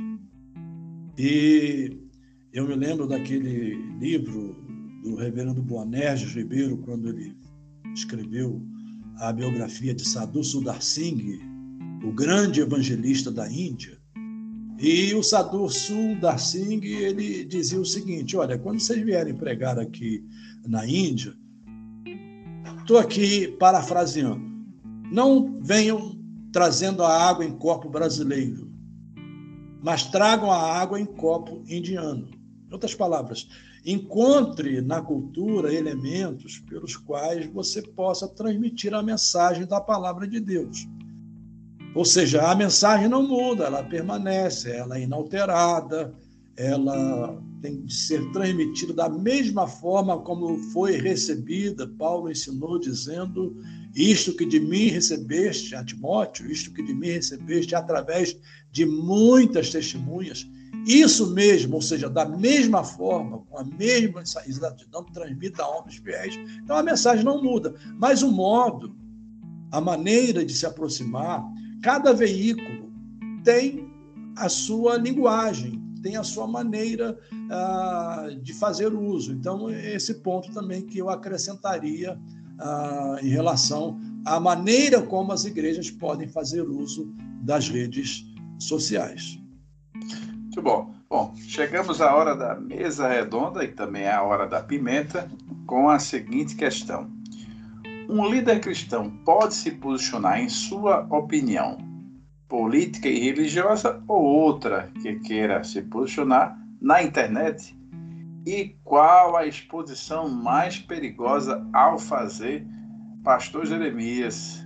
E eu me lembro daquele livro do reverendo Boanerges Ribeiro, quando ele escreveu a biografia de Sadhu Sundar Singh, o grande evangelista da Índia. E o Sadhu Sundar Singh, ele dizia o seguinte: olha, quando vocês vierem pregar aqui na Índia, estou aqui parafraseando, não venham trazendo a água em copo brasileiro, mas tragam a água em copo indiano. Em outras palavras, encontre na cultura elementos pelos quais você possa transmitir a mensagem da palavra de Deus. Ou seja, a mensagem não muda, ela permanece, ela é inalterada, ela tem de ser transmitida da mesma forma como foi recebida. Paulo ensinou dizendo: isto que de mim recebeste, a Timóteo, isto que de mim recebeste através de muitas testemunhas, isso mesmo, ou seja, da mesma forma, com a mesma exatidão, transmita a homens fiéis. Então a mensagem não muda, mas o modo, a maneira de se aproximar, cada veículo tem a sua linguagem, tem a sua maneira de fazer uso. Então, esse ponto também que eu acrescentaria em relação à maneira como as igrejas podem fazer uso das redes sociais. Muito bom. Bom, chegamos à hora da mesa redonda e também à hora da pimenta, com a seguinte questão: um líder cristão pode se posicionar, em sua opinião, política e religiosa, ou outra que queira se posicionar, na internet? E qual a exposição mais perigosa ao fazer, Pastor Jeremias?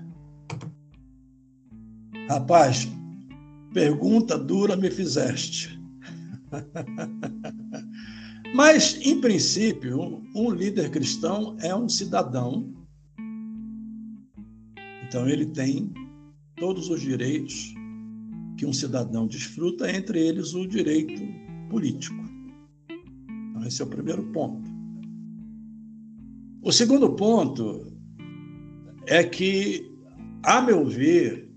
Rapaz, pergunta dura me fizeste. Mas, em princípio, um líder cristão é um cidadão. Então, ele tem todos os direitos que um cidadão desfruta, entre eles o direito político. Então, esse é o primeiro ponto. O segundo ponto é que, a meu ver,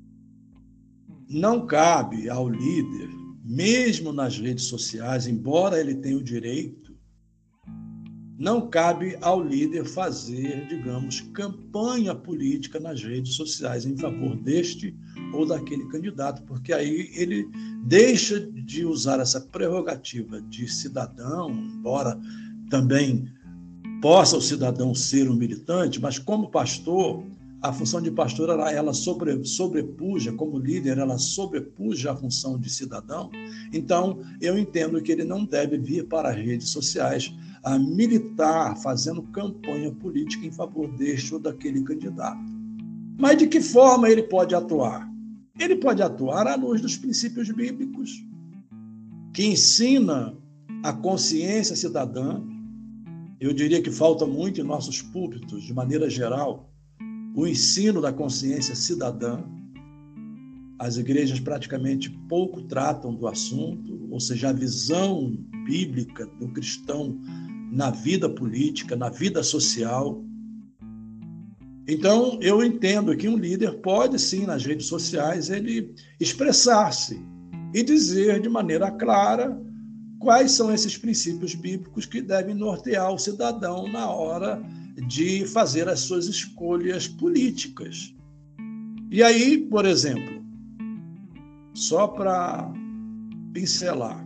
não cabe ao líder, mesmo nas redes sociais, embora ele tenha o direito, não cabe ao líder fazer, digamos, campanha política nas redes sociais em favor deste ou daquele candidato, porque aí ele deixa de usar essa prerrogativa de cidadão, embora também possa o cidadão ser um militante, mas como pastor, a função de pastor ela sobrepuja, como líder, ela sobrepuja a função de cidadão. Então, eu entendo que ele não deve vir para as redes sociais a militar, fazendo campanha política em favor deste ou daquele candidato. Mas de que forma ele pode atuar? Ele pode atuar à luz dos princípios bíblicos, que ensina a consciência cidadã. Eu diria que falta muito em nossos púlpitos, de maneira geral, o ensino da consciência cidadã. As igrejas praticamente pouco tratam do assunto, ou seja, a visão bíblica do cristão na vida política, na vida social. Então, eu entendo que um líder pode, sim, nas redes sociais, ele expressar-se e dizer de maneira clara quais são esses princípios bíblicos que devem nortear o cidadão na hora de fazer as suas escolhas políticas. E aí, por exemplo, só para pincelar,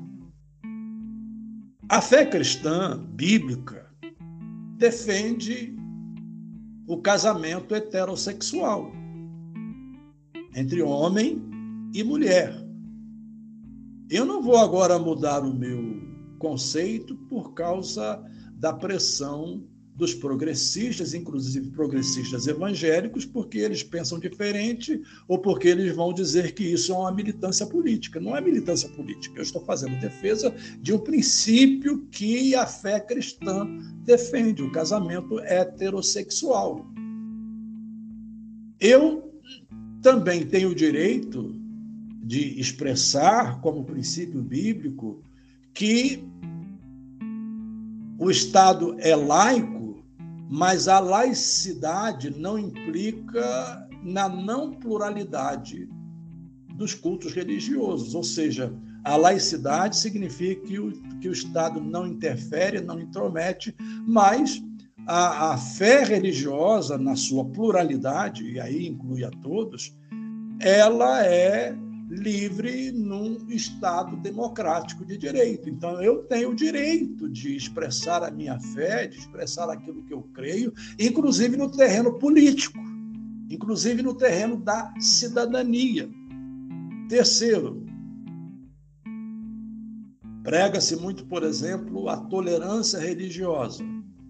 a fé cristã bíblica defende o casamento heterossexual entre homem e mulher. Eu não vou agora mudar o meu conceito por causa da pressão dos progressistas, inclusive progressistas evangélicos, porque eles pensam diferente ou porque eles vão dizer que isso é uma militância política. Não é militância política. Eu estou fazendo defesa de um princípio que a fé cristã defende, o casamento heterossexual. Eu também tenho o direito de expressar como princípio bíblico que o Estado é laico, mas a laicidade não implica na não pluralidade dos cultos religiosos, ou seja, a laicidade significa que o Estado não interfere, não intromete, mas a fé religiosa, na sua pluralidade, e aí inclui a todos, ela é livre num Estado democrático de direito. Então, eu tenho o direito de expressar a minha fé, de expressar aquilo que eu creio, inclusive no terreno político, inclusive no terreno da cidadania. Terceiro, prega-se muito, por exemplo, a tolerância religiosa.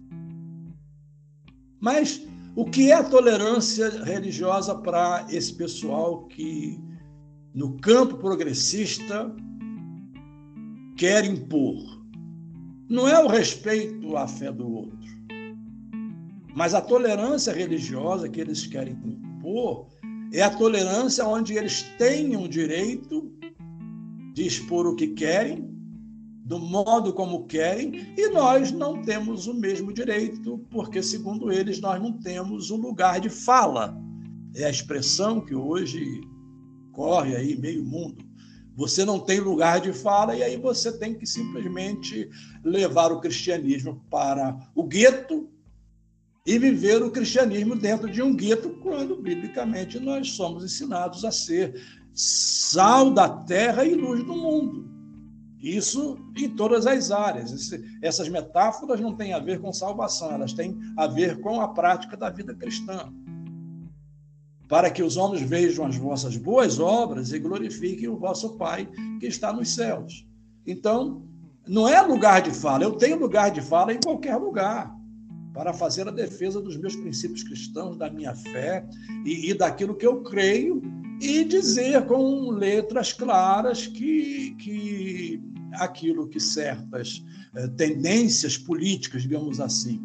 Mas o que é a tolerância religiosa para esse pessoal que, no campo progressista, quer impor? Não é o respeito à fé do outro, mas a tolerância religiosa que eles querem impor é a tolerância onde eles tenham o direito de expor o que querem, do modo como querem, e nós não temos o mesmo direito, porque, segundo eles, nós não temos o lugar de fala. É a expressão que hoje corre aí meio mundo. Você não tem lugar de fala, e aí você tem que simplesmente levar o cristianismo para o gueto e viver o cristianismo dentro de um gueto, quando, biblicamente, nós somos ensinados a ser sal da terra e luz do mundo. Isso em todas as áreas. Essas metáforas não têm a ver com salvação, elas têm a ver com a prática da vida cristã. Para que os homens vejam as vossas boas obras e glorifiquem o vosso Pai que está nos céus. Então, não é lugar de fala. Eu tenho lugar de fala em qualquer lugar, para fazer a defesa dos meus princípios cristãos, da minha fé e daquilo que eu creio, e dizer com letras claras que aquilo que certas tendências políticas, digamos assim,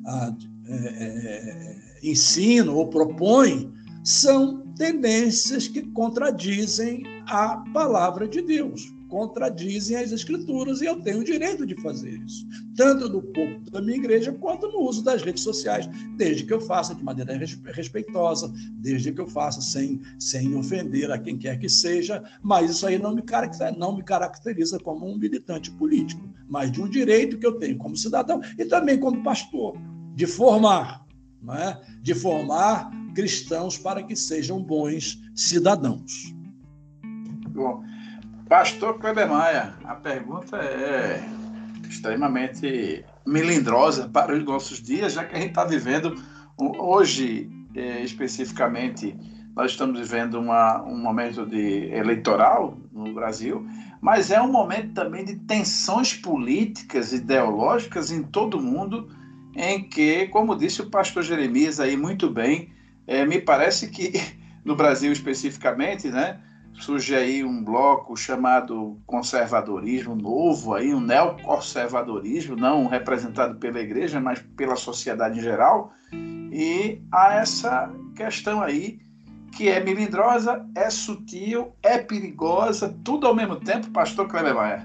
ensinam ou propõem, são tendências que contradizem a palavra de Deus, contradizem as Escrituras, e eu tenho o direito de fazer isso, tanto no púlpito da minha igreja, quanto no uso das redes sociais, desde que eu faça de maneira respeitosa, desde que eu faça sem ofender a quem quer que seja, mas isso aí não me caracteriza como um militante político, mas de um direito que eu tenho como cidadão e também como pastor, de formar, não é? De formar cristãos para que sejam bons cidadãos. Bom, Pastor Kleber Maia, a pergunta é extremamente melindrosa para os nossos dias, já que a gente está vivendo, hoje especificamente, nós estamos vivendo um momento eleitoral no Brasil, mas é um momento também de tensões políticas, ideológicas em todo o mundo, em que, como disse o pastor Jeremias aí muito bem, me parece que no Brasil especificamente, né, surge aí um bloco chamado conservadorismo novo, aí, um neoconservadorismo, não representado pela igreja, mas pela sociedade em geral, e há essa questão aí que é melindrosa, é sutil, é perigosa, tudo ao mesmo tempo, pastor Kleber Maia.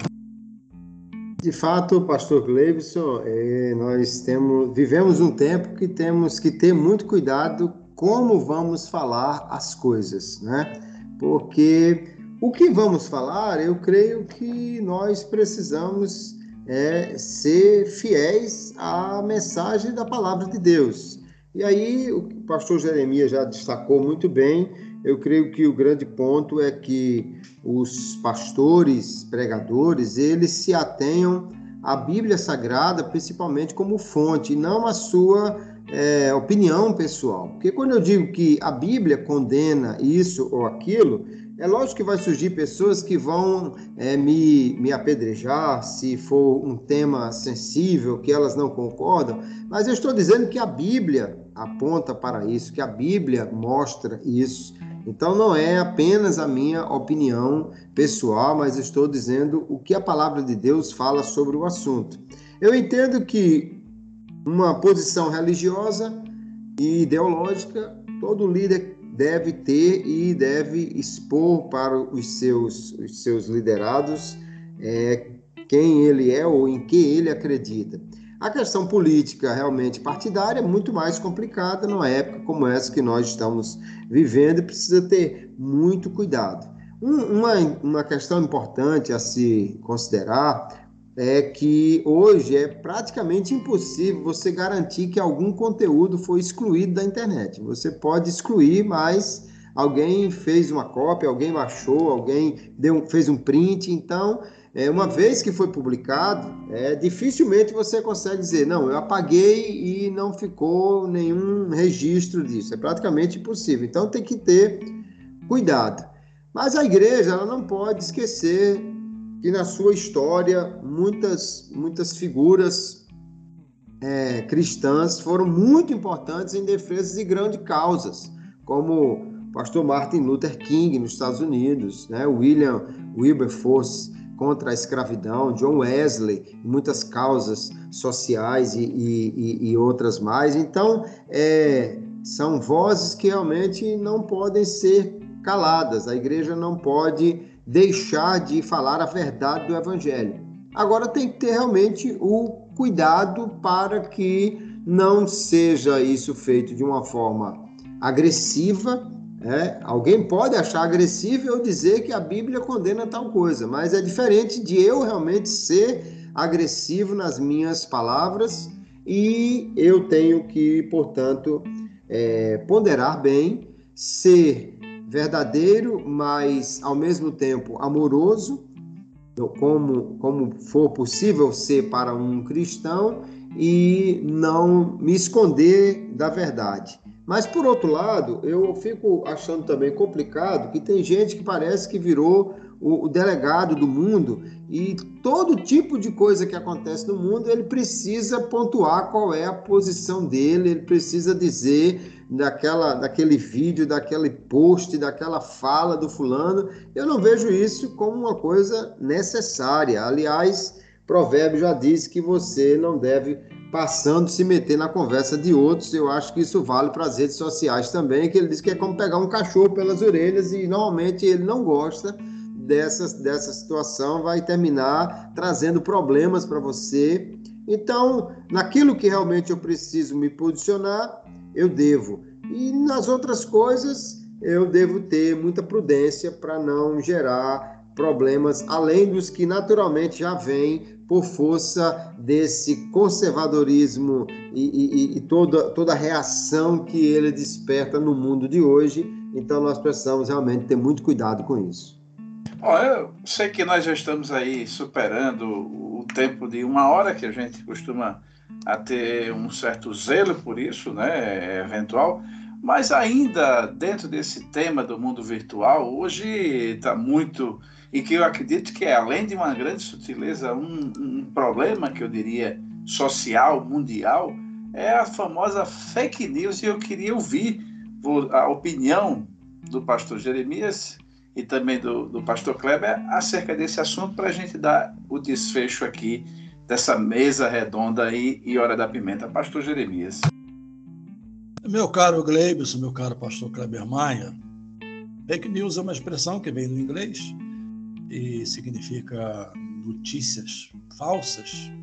De fato, pastor Gleibson, nós vivemos um tempo que temos que ter muito cuidado como vamos falar as coisas, né? Porque o que vamos falar, eu creio que nós precisamos ser fiéis à mensagem da palavra de Deus. E aí, o pastor Jeremias já destacou muito bem, eu creio que o grande ponto é que os pastores, pregadores, eles se atenham à Bíblia Sagrada, principalmente como fonte, e não à sua opinião pessoal. Porque quando eu digo que a Bíblia condena isso ou aquilo, é lógico que vai surgir pessoas que vão me apedrejar se for um tema sensível, que elas não concordam, mas eu estou dizendo que a Bíblia aponta para isso, que a Bíblia mostra isso. Então não é apenas a minha opinião pessoal, mas estou dizendo o que a palavra de Deus fala sobre o assunto. Eu entendo que uma posição religiosa e ideológica, todo líder deve ter e deve expor para os seus liderados quem ele é ou em que ele acredita. A questão política, realmente partidária, é muito mais complicada numa época como essa que nós estamos vivendo e precisa ter muito cuidado. Uma questão importante a se considerar é que hoje é praticamente impossível você garantir que algum conteúdo foi excluído da internet. Você pode excluir, mas alguém fez uma cópia, alguém baixou, alguém fez um print. Então, uma vez que foi publicado, dificilmente você consegue dizer, não, eu apaguei e não ficou nenhum registro disso. É praticamente impossível. Então, tem que ter cuidado. Mas a igreja ela não pode esquecer que na sua história muitas figuras cristãs foram muito importantes em defesa de grandes causas, como o pastor Martin Luther King nos Estados Unidos, né? William Wilberforce contra a escravidão, John Wesley, muitas causas sociais e outras mais. Então, são vozes que realmente não podem ser caladas. A igreja não pode deixar de falar a verdade do evangelho. Agora tem que ter realmente o cuidado para que não seja isso feito de uma forma agressiva. Alguém pode achar agressivo eu dizer que a Bíblia condena tal coisa, mas é diferente de eu realmente ser agressivo nas minhas palavras e eu tenho que, portanto, ponderar bem, ser verdadeiro, mas ao mesmo tempo amoroso, como for possível ser para um cristão, e não me esconder da verdade. Mas, por outro lado, eu fico achando também complicado que tem gente que parece que virou o delegado do mundo e todo tipo de coisa que acontece no mundo ele precisa pontuar qual é a posição dele, ele precisa dizer daquele vídeo, daquele post, daquela fala do fulano. Eu não vejo isso como uma coisa necessária. Aliás, Provérbio já diz que você não deve passando se meter na conversa de outros. Eu acho que isso vale para as redes sociais também, que ele diz que é como pegar um cachorro pelas orelhas e normalmente ele não gosta dessa situação, vai terminar trazendo problemas para você. Então, naquilo que realmente eu preciso me posicionar, eu devo. E nas outras coisas, eu devo ter muita prudência para não gerar problemas, além dos que naturalmente já vêm por força desse conservadorismo e toda a reação que ele desperta no mundo de hoje. Então, nós precisamos realmente ter muito cuidado com isso. Eu sei que nós já estamos aí superando o tempo de 1 hora, que a gente costuma a ter um certo zelo por isso, né, eventual, mas ainda dentro desse tema do mundo virtual, hoje está muito, e que eu acredito que é, além de uma grande sutileza, um problema que eu diria social, mundial, é a famosa fake news, e eu queria ouvir a opinião do pastor Jeremias e também do pastor Kleber acerca desse assunto, para a gente dar o desfecho aqui dessa mesa redonda e Hora da Pimenta. Pastor Jeremias. Meu caro Gleibson, meu caro pastor Kleber Maia, fake news é uma expressão que vem do inglês e significa notícias falsas.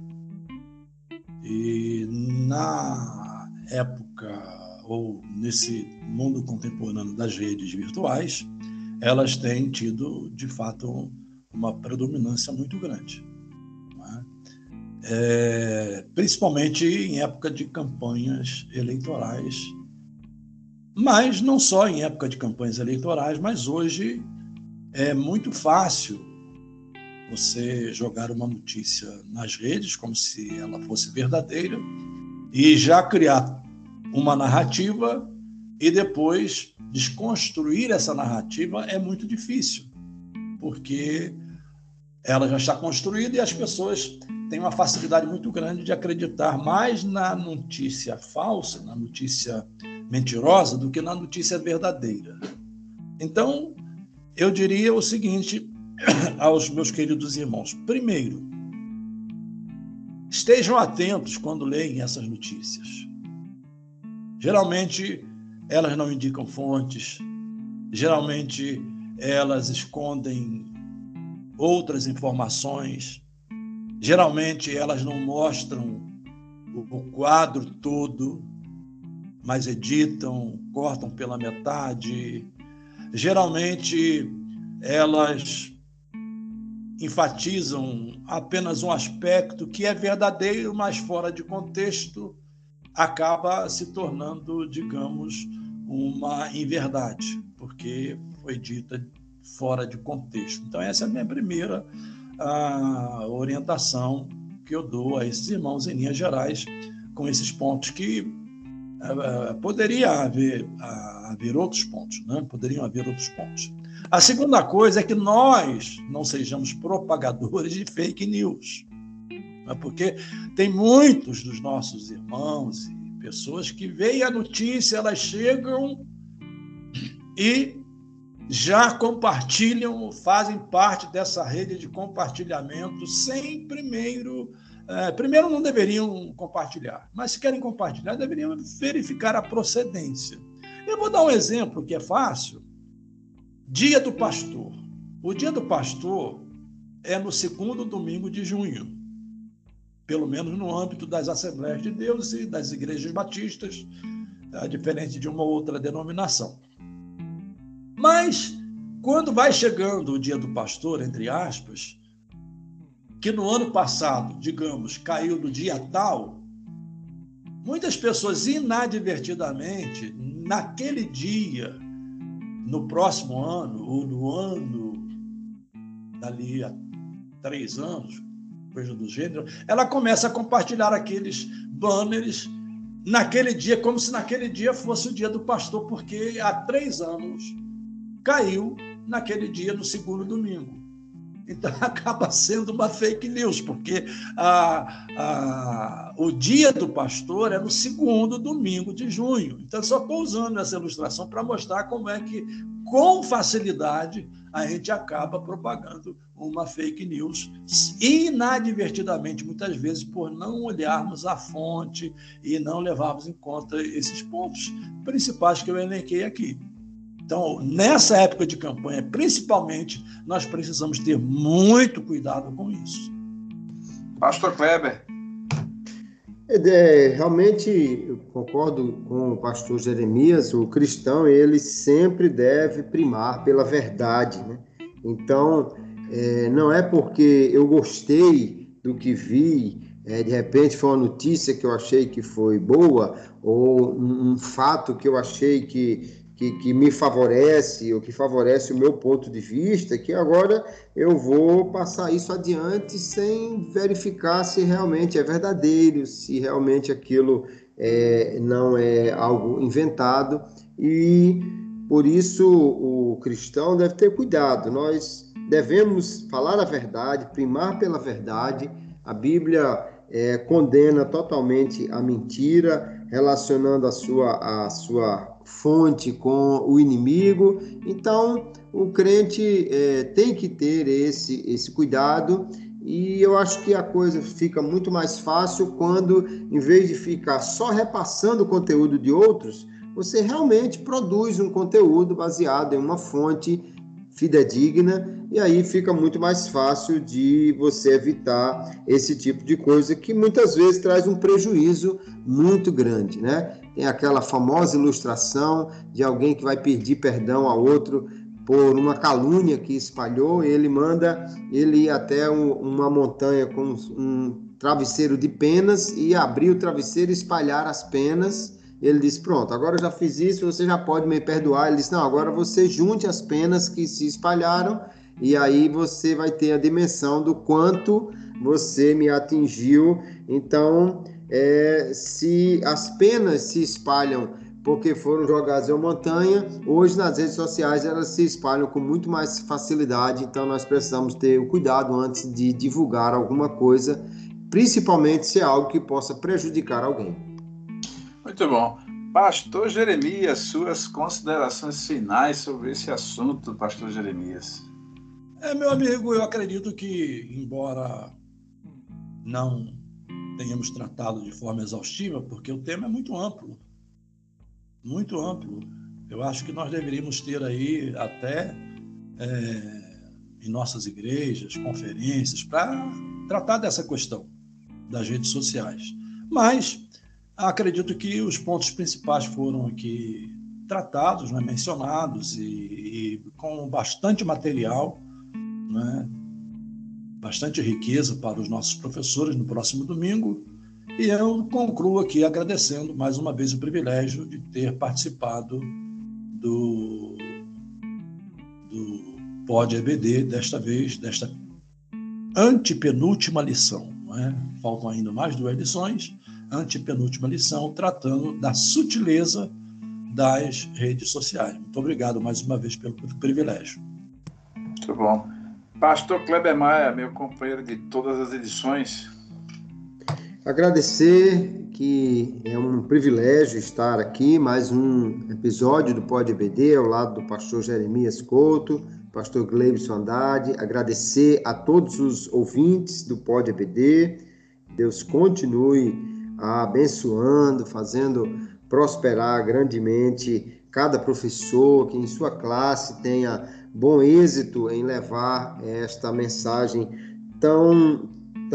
E na época, ou nesse mundo contemporâneo das redes virtuais, elas têm tido, de fato, uma predominância muito grande, né? Principalmente em época de campanhas eleitorais, mas não só em época de campanhas eleitorais, mas hoje é muito fácil você jogar uma notícia nas redes como se ela fosse verdadeira e já criar uma narrativa e depois desconstruir essa narrativa é muito difícil, porque ela já está construída e as pessoas têm uma facilidade muito grande de acreditar mais na notícia falsa, na notícia mentirosa, do que na notícia verdadeira. Então, eu diria o seguinte aos meus queridos irmãos. Primeiro, estejam atentos quando leem essas notícias. Geralmente, elas não indicam fontes, geralmente elas escondem outras informações, geralmente elas não mostram o quadro todo, mas editam, cortam pela metade. Geralmente, elas enfatizam apenas um aspecto que é verdadeiro, mas fora de contexto acaba se tornando, digamos, uma inverdade, porque foi dita fora de contexto. Então, essa é a minha primeira orientação que eu dou a esses irmãos em linhas gerais, com esses pontos que poderia haver outros pontos, né? Poderiam haver outros pontos. A segunda coisa é que nós não sejamos propagadores de fake news, né? Porque tem muitos dos nossos irmãos e pessoas que veem a notícia, elas chegam e já compartilham, fazem parte dessa rede de compartilhamento sem primeiro não deveriam compartilhar, mas se querem compartilhar, deveriam verificar a procedência. Eu vou dar um exemplo que é fácil. Dia do Pastor. O Dia do Pastor é no segundo domingo de junho, pelo menos no âmbito das Assembleias de Deus e das igrejas batistas, diferente de uma outra denominação. Mas, quando vai chegando o Dia do Pastor, entre aspas, que no ano passado, digamos, caiu no dia tal, muitas pessoas inadvertidamente, naquele dia, no próximo ano, ou no ano dali a 3 anos, coisa do gênero, ela começa a compartilhar aqueles banners naquele dia, como se naquele dia fosse o Dia do Pastor, porque há 3 anos caiu naquele dia, no segundo domingo. Então, acaba sendo uma fake news, porque o Dia do Pastor é no segundo domingo de junho. Então, só estou usando essa ilustração para mostrar como é que, com facilidade, a gente acaba propagando uma fake news inadvertidamente, muitas vezes, por não olharmos a fonte e não levarmos em conta esses pontos principais que eu elenquei aqui. Então, nessa época de campanha, principalmente, nós precisamos ter muito cuidado com isso. Pastor Kleber. Realmente, eu concordo com o pastor Jeremias, o cristão, ele sempre deve primar pela verdade, né? Então, não é porque eu gostei do que vi, de repente foi uma notícia que eu achei que foi boa, ou um fato que eu achei que me favorece, ou que favorece o meu ponto de vista, que agora eu vou passar isso adiante sem verificar se realmente é verdadeiro, se realmente aquilo não é algo inventado. E, por isso, o cristão deve ter cuidado. Nós devemos falar a verdade, primar pela verdade. A Bíblia condena totalmente a mentira, relacionando a sua fonte com o inimigo. Então, o crente tem que ter esse cuidado, e eu acho que a coisa fica muito mais fácil quando, em vez de ficar só repassando o conteúdo de outros, você realmente produz um conteúdo baseado em uma fonte fidedigna, e aí fica muito mais fácil de você evitar esse tipo de coisa que muitas vezes traz um prejuízo muito grande, né? Tem aquela famosa ilustração de alguém que vai pedir perdão a outro por uma calúnia que espalhou, e ele manda ele ir até uma montanha com um travesseiro de penas e abrir o travesseiro e espalhar as penas. Ele disse, pronto, agora eu já fiz isso, você já pode me perdoar. Ele disse, não, agora você junte as penas que se espalharam, e aí você vai ter a dimensão do quanto você me atingiu. Então, se as penas se espalham porque foram jogadas em uma montanha, hoje nas redes sociais elas se espalham com muito mais facilidade. Então, nós precisamos ter o cuidado antes de divulgar alguma coisa, principalmente se é algo que possa prejudicar alguém. Muito bom. Pastor Jeremias, suas considerações finais sobre esse assunto, Pastor Jeremias. Meu amigo, eu acredito que, embora não tenhamos tratado de forma exaustiva, porque o tema é muito amplo, eu acho que nós deveríamos ter aí até em nossas igrejas, conferências, para tratar dessa questão das redes sociais. Mas acredito que os pontos principais foram aqui tratados, né, mencionados, e com bastante material, né, bastante riqueza para os nossos professores no próximo domingo. E eu concluo aqui agradecendo mais uma vez o privilégio de ter participado do Pod EBD, desta vez, desta antepenúltima lição. Não é? Faltam ainda mais 2 lições, antepenúltima lição, tratando da sutileza das redes sociais. Muito obrigado mais uma vez pelo privilégio. Muito bom. Pastor Kleber Maia, meu companheiro de todas as edições. Agradecer, que é um privilégio estar aqui, mais um episódio do Pod EBD, ao lado do pastor Jeremias Couto, pastor Gleibson Andrade. Agradecer a todos os ouvintes do Pod EBD. Deus continue abençoando, fazendo prosperar grandemente cada professor, que em sua classe tenha bom êxito em levar esta mensagem tão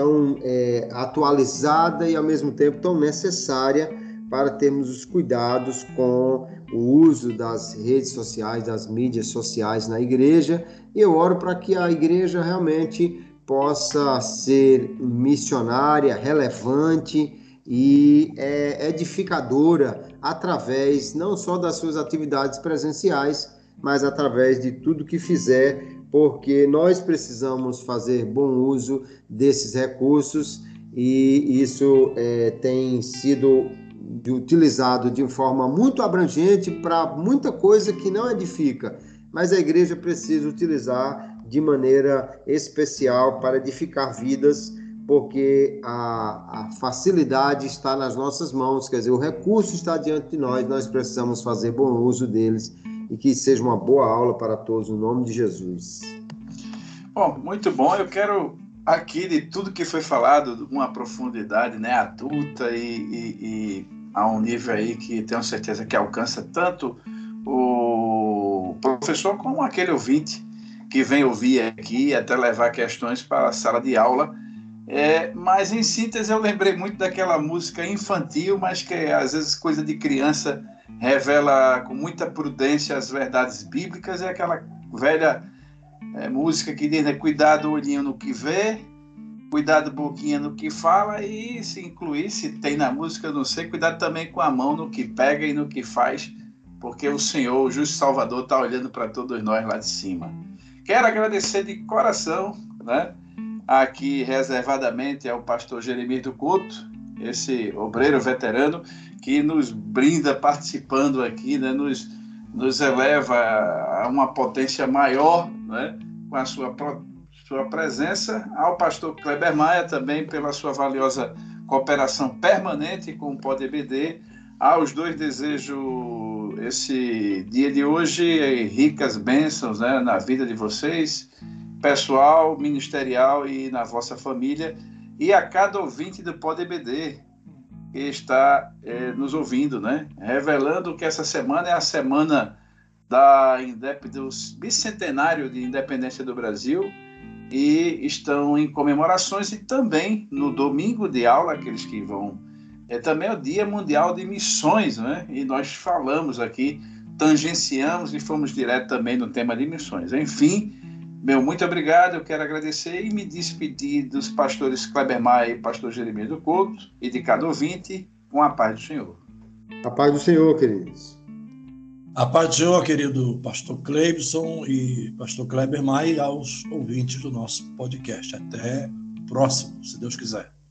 atualizada e, ao mesmo tempo, tão necessária para termos os cuidados com o uso das redes sociais, das mídias sociais na igreja. E eu oro para que a igreja realmente possa ser missionária, relevante e edificadora através não só das suas atividades presenciais, mas através de tudo que fizer, porque nós precisamos fazer bom uso desses recursos, e isso tem sido utilizado de forma muito abrangente para muita coisa que não edifica, mas a igreja precisa utilizar de maneira especial para edificar vidas, porque a facilidade está nas nossas mãos, quer dizer, o recurso está diante de nós, nós precisamos fazer bom uso deles, e que seja uma boa aula para todos, no nome de Jesus. Bom, muito bom. Eu quero aqui, de tudo que foi falado, uma profundidade, né, adulta e a um nível aí que tenho certeza que alcança tanto o professor como aquele ouvinte que vem ouvir aqui e até levar questões para a sala de aula. Mas, em síntese, eu lembrei muito daquela música infantil, mas que às vezes coisa de criança, revela com muita prudência as verdades bíblicas. É aquela velha música que diz, né, cuidado olhinho no que vê, cuidado boquinha no que fala, e se incluir, se tem na música, eu não sei, cuidado também com a mão no que pega e no que faz, porque o Senhor, o justo Salvador, está olhando para todos nós lá de cima. Quero agradecer de coração, né, aqui reservadamente ao pastor Jeremias do Couto, esse obreiro veterano que nos brinda participando aqui, né, nos eleva a uma potência maior, né, com a sua presença, ao pastor Kleber Maia também pela sua valiosa cooperação permanente com o Pod EBD. Aos dois desejo esse dia de hoje ricas bênçãos, né, na vida de vocês, pessoal, ministerial e na vossa família, e a cada ouvinte do Pod EBD que está nos ouvindo, né? Revelando que essa semana é a semana do bicentenário de independência do Brasil, e estão em comemorações, e também no domingo de aula, aqueles que vão, também é o Dia Mundial de Missões, né? E nós falamos aqui, tangenciamos e fomos direto também no tema de missões. Enfim, muito obrigado, eu quero agradecer e me despedir dos pastores Kleber Maia e pastor Jeremias do Couto e de cada ouvinte, com a paz do Senhor. A paz do Senhor, queridos. A paz do Senhor, querido pastor Gleibson e pastor Kleber Maia, e aos ouvintes do nosso podcast. Até o próximo, se Deus quiser.